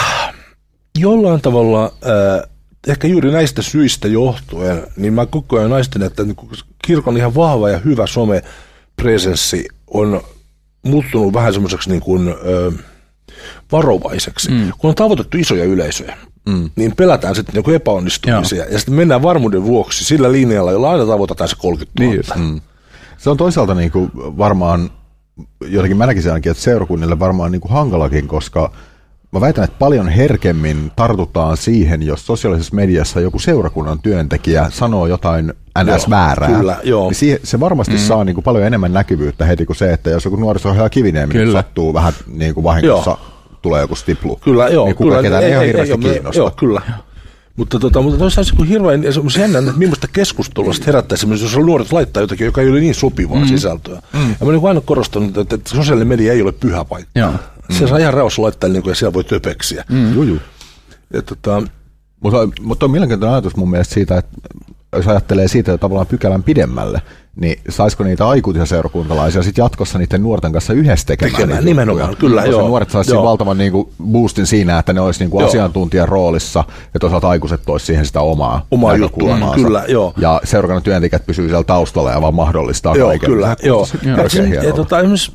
jollain tavalla, äh, ehkä juuri näistä syistä johtuen, niin mä koko ajan naistin, että niin kuin kirkon ihan vahva ja hyvä somepresenssi on muuttunut vähän semmoiseksi niin kuin, ö, varovaiseksi. Mm. Kun on tavoitettu isoja yleisöjä, mm. niin pelätään sitten niin kuin epäonnistumisia. Joo. Ja sitten mennään varmuuden vuoksi sillä linjalla, jolla aina tavoitetaan se kolmekymmentätuhatta. Niin, mm. Se on toisaalta niin kuin varmaan, jotenkin mä näkisin ainakin, että seurakunnille varmaan niin kuin hankalakin, koska mä väitän, että paljon herkemmin tartutaan siihen, jos sosiaalisessa mediassa joku seurakunnan työntekijä sanoo jotain ns. Väärää. Kyllä, joo. Niin siihen, se varmasti mm. saa niin kuin paljon enemmän näkyvyyttä heti kuin se, että jos joku nuorisohjaaja Kiviniemi kyllä. sattuu vähän niin kuin vahingossa, joo. tulee joku stiplu. Kyllä, joo. Niin kuka ketään ei, ei, ei hirveästi ei, kiinnosta. Joo, kyllä. Mutta, tota, mutta toisaalta se hirveän jännä, että millaista keskustelua herättäisi, jos nuoret laittaa jotakin, joka ei ole niin sopivaa mm. sisältöä. Mm. Ja mä olen aina korostanut, että, että sosiaalinen media ei ole pyhä paikka. Joo. Se saa ihan rauhassa laittaa, niin kuin, ja siellä voi töpeksiä. Mm. Juju. Ja, tota, mutta, mutta on mielenkiintoinen ajatus mun mielestä siitä, että jos ajattelee siitä tavallaan pykälän pidemmälle, niin saisiko niitä aikuisia seurakuntalaisia sitten jatkossa niiden nuorten kanssa yhdessä tekemään? Tekemään nimenomaan, kyllä. Joo. Nuoret saisivat valtavan niinku boostin siinä, että ne olisi niinku asiantuntijan roolissa, ja toisaalta aikuiset toisivat siihen sitä omaa, omaa juttuaan. Kyllä, joo. Ja seurakunnan työntekijät pysyvät siellä taustalla ja vaan mahdollistaa joo, kaiken. Kyllä, joo. Ja, ja tota, esimerkiksi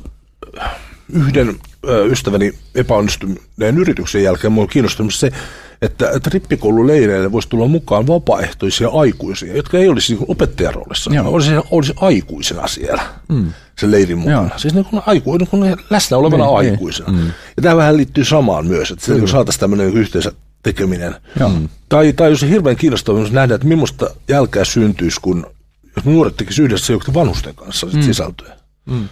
yhden ö, ystäväni epäonnistuneen yrityksen jälkeen minua on kiinnostunut se, että, että rippikoululeireille voisi tulla mukaan vapaaehtoisia aikuisia, jotka ei olisi niin opettajan roolissa, vaan olisi, olisi aikuisena siellä mm. sen leirin mukana. Joo. Siis niin kuin, aiku, niin kuin läsnä olevana niin, aikuisena. Mm. Ja tämä vähän liittyy samaan myös, että mm. saataisiin tämmöinen yhteensä tekeminen. Mm. Tai, tai jos hirveän kiinnostavaa nähdä, että millaista jälkeä syntyisi, kun jos nuoret tekisivät yhdessä joku vanhusten kanssa mm. sisältöä. Mm.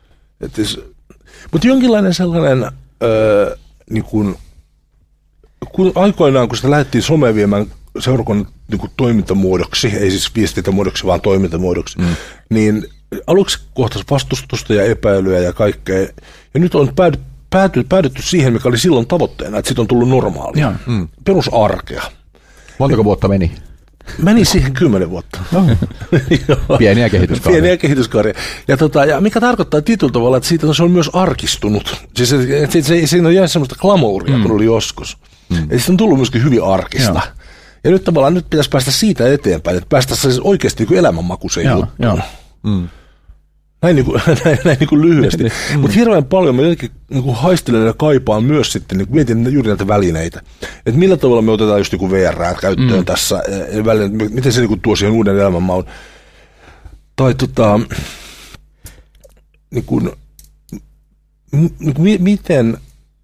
Mutta jonkinlainen sellainen öö, niin kuin kun aikoinaan, kun sitä lähdettiin someen viemään seurakunnan niin toimintamuodoksi, ei siis viestintämuodoksi, vaan toimintamuodoksi, mm. niin aluksi kohtasi vastustusta ja epäilyä ja kaikkea. Ja nyt on päädy, päädy, päädytty siihen, mikä oli silloin tavoitteena, että siitä on tullut normaalia. Mm. Perusarkea. Montako vuotta meni? Meni siihen kymmenen vuotta. No. Pieniä kehityskaaria. Pieniä kehityskaaria. Ja, tota, ja mikä tarkoittaa tietyllä tavalla, että siitä se on myös arkistunut. Siis se, se, se, siinä on jäänyt semmoista glamouria, mm. kun oli joskus. Mm. Ja sitten on tullut myöskin hyvin arkista. Joo. Ja nyt tavallaan nyt pitäisi päästä siitä eteenpäin, että päästä siis oikeasti niin elämänmakuiseen juttuun. Mm. Näin, niin kuin, näin, näin niin kuin lyhyesti. mm. Mutta hirveän paljon mä jotenkin niin kuin haistelen ja kaipaan myös sitten, niin mietin juuri näitä välineitä. Että millä tavalla me otetaan just niin V R käyttöön mm. tässä, miten se niin kuin tuo siihen uuden elämänmaun. Tai tota, niin kuin, niin kuin, miten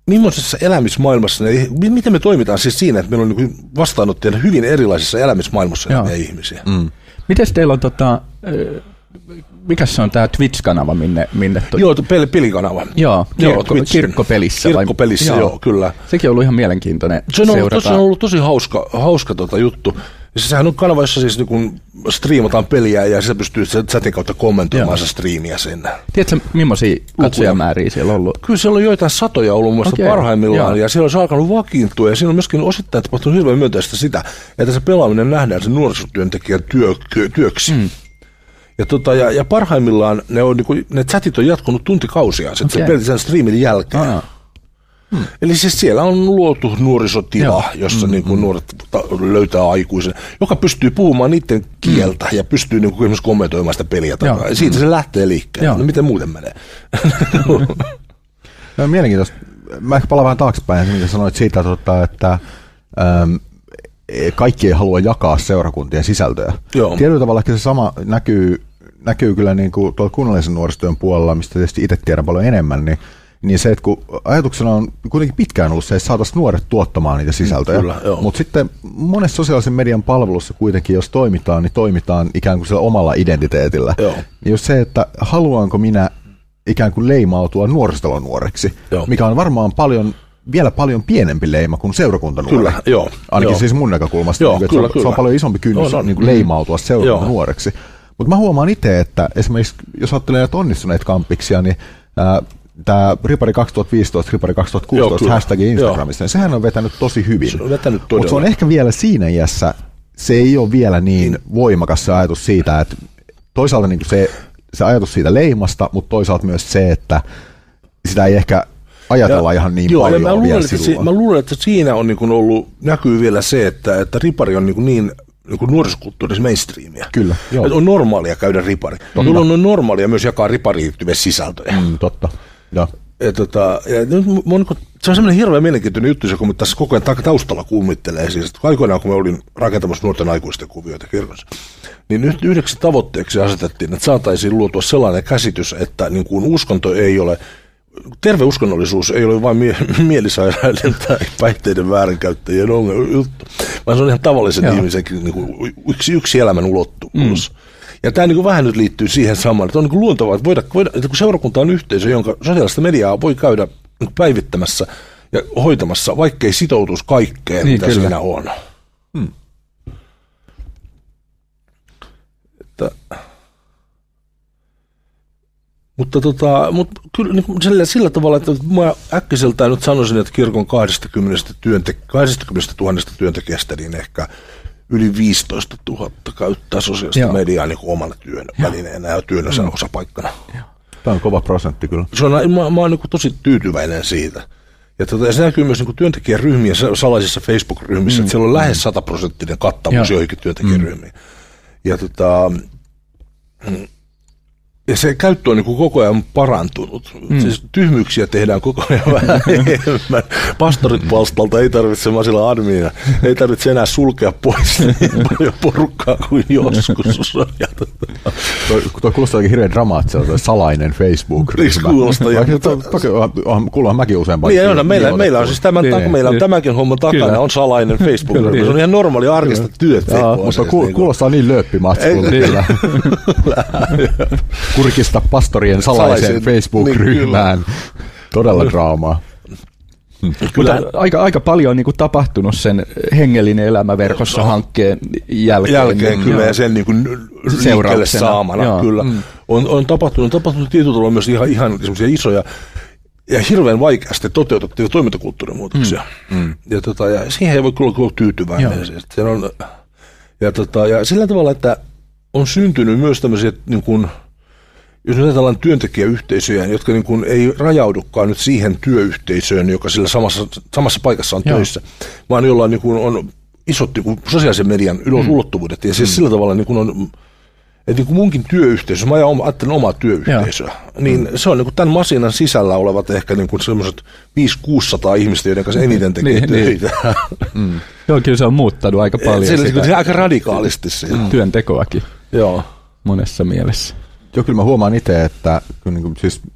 millaisessa elämismaailmassa, ne, miten me toimitaan siis siinä, että meillä on niin vastaanottajana hyvin erilaisissa elämismaailmassa eläviä ihmisiä. Mm. Miten teillä on, tota, mikäs se on tämä Twitch-kanava, minne... minne toi... Joo, pel- pelikanava. Joo, kirkko, joo kirkkopelissä. Kirkkopelissä, vai... joo. joo, kyllä. Sekin on ollut ihan mielenkiintoinen se on ollut, se on ollut tosi hauska, hauska tota juttu. Ja sehän on kanava, jossa siis niin striimataan peliä ja se pystyy chatin kautta kommentoimaan se striimiä sinne. Tiedätkö, millaisia katsojamääriä siellä on ollut? Kyllä siellä on joitain satoja ollut mun okay. parhaimmillaan, ja. ja siellä on se alkanut vakiintua, ja siinä on myöskin osittain tapahtunut hirveän myönteistä sitä, että se pelaaminen nähdään sen nuorisotyöntekijän työ, työksi. Mm. Ja, tota, ja, ja parhaimmillaan ne, on, niin kuin, ne chatit on jatkunut tuntikausia okay. sen pelitisen striimin jälkeen. Ah. Hmm. Eli siis siellä on luotu nuorisotila, Joo. jossa mm, niin kuin mm. nuoret löytää aikuisen, joka pystyy puhumaan niiden kieltä mm. ja pystyy niin kuin esimerkiksi kommentoimaan sitä peliä takaa. Siitä mm. se lähtee liikkeelle. No miten muuten menee? No, mielenkiintoista. Mä ehkä palaan vähän taaksepäin, mitä sanoit siitä, että, että äm, kaikki ei halua jakaa seurakuntien sisältöjä. Joo. Tietyllä tavalla ehkä se sama näkyy, näkyy kyllä niin kuin tuolla kunnallisen nuorisotyön puolella, mistä tietysti itse tiedän paljon enemmän, niin Niin se, että kun ajatuksena on kuitenkin pitkään ollut se, että saataisiin nuoret tuottamaan niitä sisältöjä, mm, mutta sitten monessa sosiaalisen median palvelussa kuitenkin, jos toimitaan, niin toimitaan ikään kuin sillä omalla identiteetillä. Joo. Niin just se, että haluanko minä ikään kuin leimautua nuoristalon nuoreksi, Joo. mikä on varmaan paljon, vielä paljon pienempi leima kuin seurakuntanuori. Kyllä, joo. Ainakin joo. siis mun näkökulmasta, joo, niin, kyllä, se, on, se on paljon isompi kynnys on, on. Niin kuin leimautua seurakuntanuoreksi. Mutta mä huomaan itse, että esimerkiksi jos ajattelee näitä onnistuneita kampiksia, niin ää, tämä Ripari kaksituhattaviisitoista, Ripari kaksituhattakuusitoista Joo, hashtag Instagramissa, niin sehän on vetänyt tosi hyvin. Se on vetänyt todella. Mutta se on ehkä vielä siinä iässä, se ei ole vielä niin, niin. voimakas se ajatus siitä, että toisaalta niin se, se ajatus siitä leimasta, mutta toisaalta myös se, että sitä ei ehkä ajatella ja, ihan niin joo, paljon mä luulen, vielä silloin. Se, mä luulen, että siinä on niin ollut, näkyy vielä se, että, että Ripari on niin, niin niin nuorisokulttuurissa mainstreamia. Kyllä. Joo. On normaalia käydä Ripari. Mulla on normaalia myös jakaa Ripariin liittyviä sisältöjä. Mm, totta. Ja. Ja tota, ja nyt, se on semmoinen hirveän mielenkiintoinen juttu, kun tässä koko ajan taustalla kummittelee. Siis, aikoinaan, kun me olin rakentamassa nuorten aikuisten kuvioita kirkossa, niin nyt yhdeksi tavoitteeksi asetettiin, että saataisiin luotua sellainen käsitys, että niin kuin uskonto ei ole, terve uskonnollisuus ei ole vain mie- mielisairaiden tai päihteiden väärinkäyttäjien juttu, vaan se on ihan tavallisen Joo. ihmisen niin kuin yksi, yksi elämän ulottuvuus. Mm. Ja tämä niin vähän nyt liittyy siihen samaan, että on niin luontevaa, että, voida, voida, että kun seurakunta on yhteisö, jonka sosiaalista mediaa voi käydä niin päivittämässä ja hoitamassa, vaikkei sitoutuisi kaikkeen, niin, mitä kyllä. siinä on. Hmm. Että, mutta tota, mutta kyllä niin sillä, sillä tavalla, että mä äkkiseltään nyt sanoisin, että kirkon kaksikymmentä tuhatta työntekijästä, niin ehkä yli viisitoista tuhatta käyttää sosiaalista Joo. mediaa niin kuin omana työn Joo. välineenä ja työn mm. osapaikkana. Tämä on kova prosentti kyllä. Se on, mä, mä oon niin kuin tosi tyytyväinen siitä. Ja, tota, ja se näkyy myös niin työntekijäryhmien salaisissa Facebook-ryhmissä, mm. että siellä on lähes sataprosenttinen kattavuus joihinkin työntekijäryhmiin. Mm. Ja tota... Ja se käyttö on niin kuin koko ajan parantunut. Mm. Siis tyhmyyksiä tehdään koko ajan vähän enemmän. Pastorit palstalta ei tarvitse masilla admiina. Ei tarvitse enää sulkea pois niin paljon porukkaa kuin joskus. Tuo, tuo kuulostaa oikein hirveän dramaattiselta, tuo salainen Facebook-ryhmä. Kuulostaa. Kuullaan mäkin usein paljon. Niin, on, meillä, meillä on siis tämän, niin, tak- meillä on tämänkin homman takana kyllä. on salainen Facebook-ryhmä. Se on ihan normaali arkista työtekoa. Mutta kuulostaa niin lööppimatskulta. Kurkista pastorien salaiseen Facebook-ryhmään. Niin, todella draamaa. Hmm. Mutta aika, aika paljon on niin kuin tapahtunut sen hengellinen elämä verkossa hankkeen jälkeen. Jälkeen kyllä, ja sen niin kuin liikkeelle saamana. Joo. Kyllä. Mm. On, on tapahtunut, tapahtunut tietyllä tavalla myös ihan, ihan isoja ja hirveän vaikeasti toteutettuja toimintakulttuurimuutoksia. Mm. Mm. Ja, tota, ja siihen ei voi kyllä olla tyytyväinen. Se on, ja, tota, ja sillä tavalla, että on syntynyt myös tämmöisiä niin kuin jos nyt ajatellaan työntekijäyhteisöjä, jotka niin kuin ei rajaudukaan nyt siihen työyhteisöön, joka sillä samassa, samassa paikassa on Joo. töissä, vaan jolla niin kuin on isot niin kuin sosiaalisen median mm. ulottuvuudet. Ja siis mm. sillä tavalla niin kuin on, että niin kuin munkin työyhteisö, mä ajattelen omaa työyhteisöä, Joo. niin mm. se on niin kuin tämän masinan sisällä olevat ehkä niin kuin semmoiset viisi kuusisataa ihmistä, joiden kanssa eniten tekee niin, töitä. mm. Joo, kyllä se on muuttanut aika paljon. Se, sitä, se aika radikaalisti siinä. Mm. Työntekoakin Joo. monessa mielessä. Joo, kyllä mä huomaan itse, että niin kuin, siis,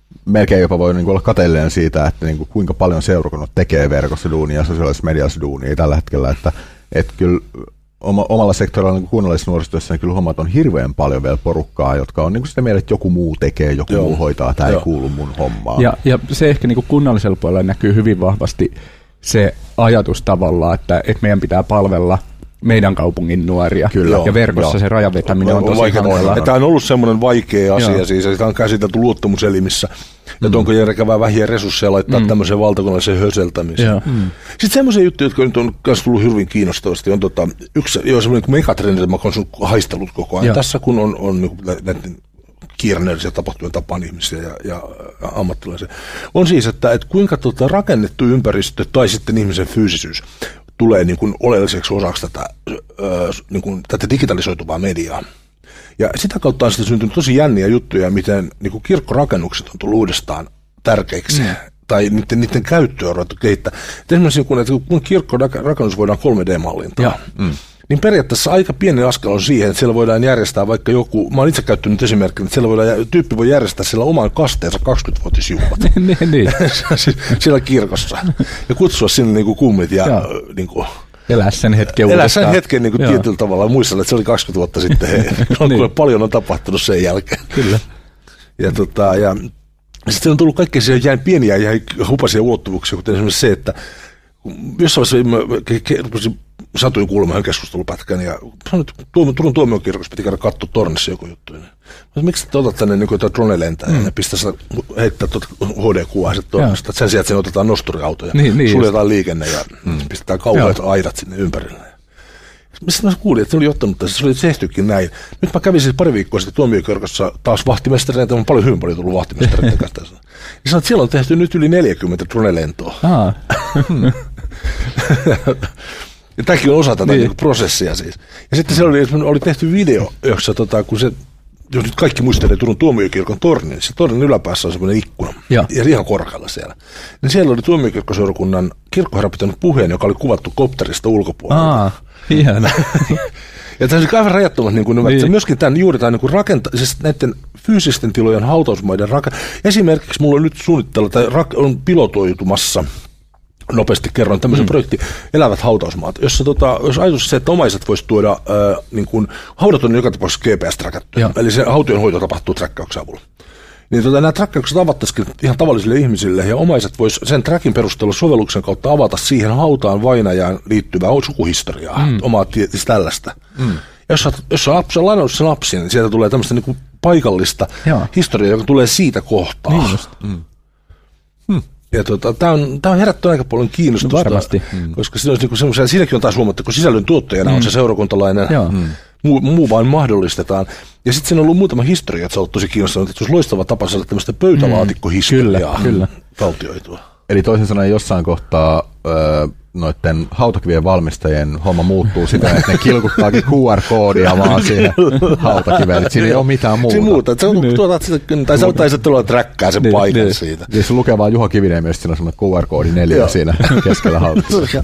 melkein jopa voi niin kuin olla kateellinen siitä, että niin kuin kuinka paljon seurakunnat tekee verkossa duunia ja sosiaalisessa mediassa duunia tällä hetkellä, että, että kyllä oma, omalla sektorilla niin kunnallisessa nuorisotyössä niin kyllä huomaat on hirveän paljon vielä porukkaa, jotka on niin kuin sitä mieltä, että joku muu tekee, joku Joo. muu hoitaa, tämä Joo. ei kuulu mun hommaan. Ja, ja se ehkä niin kuin kunnallisella puolella näkyy hyvin vahvasti se ajatus tavallaan, että, että meidän pitää palvella meidän kaupungin nuoria. Kyllä, ja verkossa joo. se rajan vetäminen on, on tosi hankalaa. Tämä on ollut semmoinen vaikea asia, joo. siis sitä on käsitelty luottamuselimissä, mm. että onko järkevää vähiä resursseja laittaa mm. tämmöiseen valtakunnalliseen höseltämiseen. Mm. Sitten semmoisia juttuja, jotka nyt on myös tullut hyvin kiinnostavasti, on tota, yksi jo semmoinen megatrendi, että mä oon haistellut koko ajan. Joo. Tässä kun on, on niin näiden kiireellisiä tapahtumien tapaan ihmisiä ja, ja ammattilaisia, on siis, että, että kuinka tota rakennettu ympäristö tai sitten ihmisen fyysisyys tulee niin kuin oleelliseksi osaksi tätä, ö, niin kuin tätä digitalisoituvaa mediaa. Ja sitä kautta on sitten syntynyt tosi jänniä juttuja, miten niin kuin kirkkorakennukset on tullut uudestaan tärkeiksi, mm. tai niiden, niiden käyttöä on ruvettu kehittää. Esimerkiksi kun, että kun kirkkorakennus voidaan kolme D-mallintaa, mm. niin periaatteessa aika pieni askel on siihen, että siellä voidaan järjestää vaikka joku, mä oon itse käyttänyt esimerkkinä, että siellä voidaan, tyyppi voi järjestää siellä oman kasteensa kaksikymmenvuotisjuhlat niin. siellä kirkossa ja kutsua sinne niin kuin kummit ja niin kuin, elää sen hetken Elää sen hetken niin kuin tietyllä tavalla. Muistelen, että se oli kaksikymmentä vuotta sitten. Hei. niin. Paljon on tapahtunut sen jälkeen. Kyllä. Ja, tota, ja sitten on tullut kaikkea siellä pieniä ja hupaisia ulottuvuuksia, kuten esimerkiksi se, että jossain vaiheessa satuin kuulemaan keskustelupätkän ja sanoin, että Turun tuomiokirkossa piti käydä katsoa tornissa joku juttu. Mutta miksi te otat tänne niin jotain drone-lentää mm. ja pistää sitä, heittää tuota H D-kuvaa tornista, sen sijaan, että siinä otetaan nosturiautoja, niin, niin suljetaan liikenne ja mm. pistetään kauheat aidat sinne ympärille. Missä mä kuulin, että se oli ottanut tässä, se oli tehtykin näin. Nyt mä kävin siis pari viikkoa sitten tuomiokirkossa taas vahtimestareita, on paljon hyvin paljon tullut vahtimestareiden kanssa. Ja sanoin, että siellä on tehty nyt yli neljäkymmentä drone-lentoa. Ja tämäkin on osa tätä niin. Niin prosessia siis. Ja sitten siellä oli, oli tehty video, jossa tota, kun se, jos nyt kaikki muistelee Turun tuomiokirkon torni, niin se tornin yläpäässä on semmoinen ikkuna. Ja, ja ihan korkealla siellä. Niin siellä oli tuomiokirkkoseurakunnan kirkkoherra pitänyt puheen, joka oli kuvattu kopterista ulkopuolella. Aa, hieno. Ja tämä on aivan rajattomat, niin kuin niin. myöskin tämän, juuri tämän niin rakenta- siis näiden fyysisten tilojen hautausmaiden rakentaminen. Esimerkiksi mulla on nyt suunnitteilla, tai rak- on pilotoitumassa, nopeasti kerron tämmöisen mm. projekti Elävät hautausmaat, jossa tota, jos ajatus se, että omaiset voisi tuoda, ää, niin kuin, haudat on joka tapauksessa G P S-träkätty, eli se hautojen hoito tapahtuu träkkäyksen avulla. Niin tota, nämä träkkäykset avattaisikin ihan tavallisille ihmisille, ja omaiset vois sen trackin perusteella sovelluksen kautta avata siihen hautaan vainajaan liittyvää sukuhistoriaa, mm. omaa tietysti tällaista. Mm. Jos, jos on lapsi, lainannut sen lapsi, niin sieltä tulee tämmöistä niin kuin paikallista Joo. historiaa, joka tulee siitä kohtaa. Niin just. Mm. Hmm. Ja tota, tämä on, on herättänyt aika paljon kiinnostusta, no varmasti. Koska siinä niinku semmoisia, siinäkin on taas huomattu, kun sisällön tuottajana mm. on se seurakuntalainen, mm. muu, muu vain mahdollistetaan. Ja sitten siinä on ollut muutama historia, että se on ollut tosi kiinnostanut, että se olisi loistava tapa saada tämmöistä pöytälaatikkohistoriaa mm. valtioitua. Eli toisin sanoen jossain kohtaa öö, noiden hautakivien valmistajien homma muuttuu siten, että ne kilkuttaakin Q R-koodia vaan siihen hautakiveen. Siinä ei ole mitään muuta. Siinä muuta. Se on, tuotat sitä, tai sä ottaisit tulla träkkää sen niin, paikan niin. siitä. Niin se lukee vaan Juha Kiviniemi, jos siinä on semmoinen Q R-koodi neljä siinä keskellä hautakivea.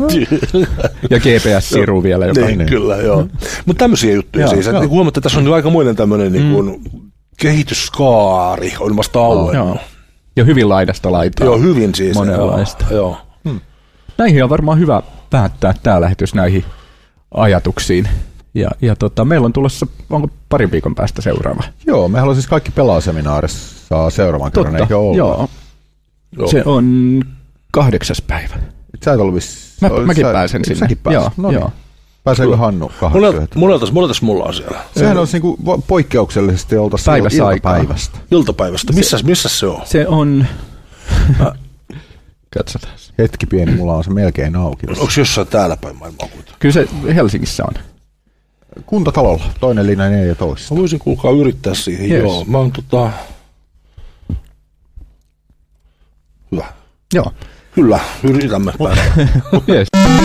Ja G P S-siru vielä jotain. Niin, niin. Kyllä, joo. Mutta tämmöisiä juttuja joo, siis. Että, niin huomatte, että tässä on aikamoinen tämmöinen mm. niin kuin, kehityskaari on vasta auennut. Ja hyvin laidasta laitaa. Joo, hyvin siis. Monenlaista. Joo. joo. Hmm. Näihin on varmaan hyvä päättää tämä lähetys näihin ajatuksiin. Ja, ja tota, meillä on tulossa, onko parin viikon päästä seuraava? Joo, mehän on siis kaikki pelaaseminaarissa seuraavan kerran, eikö ollut? Joo. joo. Se on kahdeksas päivä. Sä et ollut viss... Mä, mäkin sä, pääsen sinne. Säkin pääsen. Joo, no, joo. Pääseekö Hannu kahdeksas? Moneltas, moneltas mulla on siellä. Sehän olisi niinku poikkeuksellisesti oltaisiin iltapäivästä. Iltapäivästä. Missä, missä se on? Se on... Katsotaan. Hetki pieni, mulla on se melkein auki. Onko jossain täällä päin maailmaa kuitenkin? Kyllä se Helsingissä on. Kuntatalolla, toinen linja neljätoista. Mä voisin kuulkaa yrittää siihen, yes. Joo. Mä oon tota... Hyvä. Joo. Kyllä, yritämme päästä. Yes.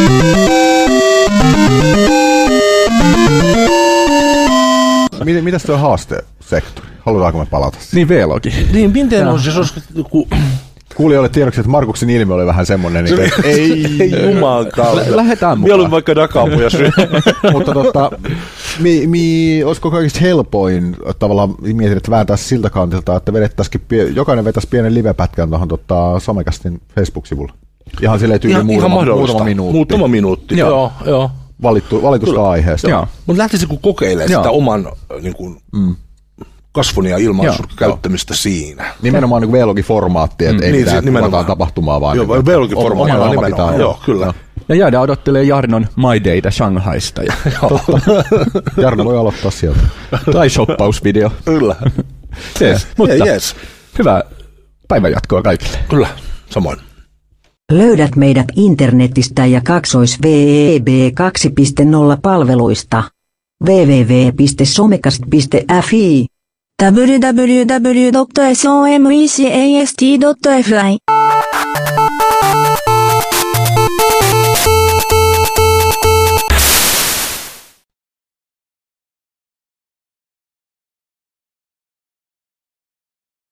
Miten, mitäs tuo haastesektori? Halutaanko me palata siihen? Niin V-logi. Niin, miten on siis, joku... Kuulijoille tiedoksi, että Markuksen ilme oli vähän semmoinen, niin että ei, ei juman kautta. Lähdetään mukaan. Mieluummin vaikka Dakaamuja syy. Mutta tota, mi, mi, olisiko kaikista helpoin tavallaan mietin, että vääntää siltä kantilta, että vedettäisikin, jokainen vetäisi pienen livepätkän tuohon tota, Somecastin Facebook-sivulla. Ihan silleen tyyli ihan, muutama, ihan muutama minuutti. Muutama minuutti, joo, joo. joo. Valittu, valitusta aiheesta. Mutta lähtisi kun kokeilemaan sitä oman niin kuin, mm. kasvun ja ilmaisun käyttämistä siinä. Nimenomaan niin V-logi-formaatti, että mm. ei niin, mitään kuvataan tapahtumaa, vaan joo, V-logi-formaatti on nimenomaan. Joo, kyllä. Ja jäädään odottelemaan Jarnon My Dayta Shanghaista. Ja Jarno voi aloittaa sieltä. Tai shoppausvideo. Kyllä. Yes, mutta yes. Hyvää päivänjatkoa kaikille. Kyllä, samoin. Löydät meidät internetistä ja kaksois web kaksi piste nolla palveluista. double-u double-u double-u piste somecast piste f i double-u double-u double-u piste somecast piste f i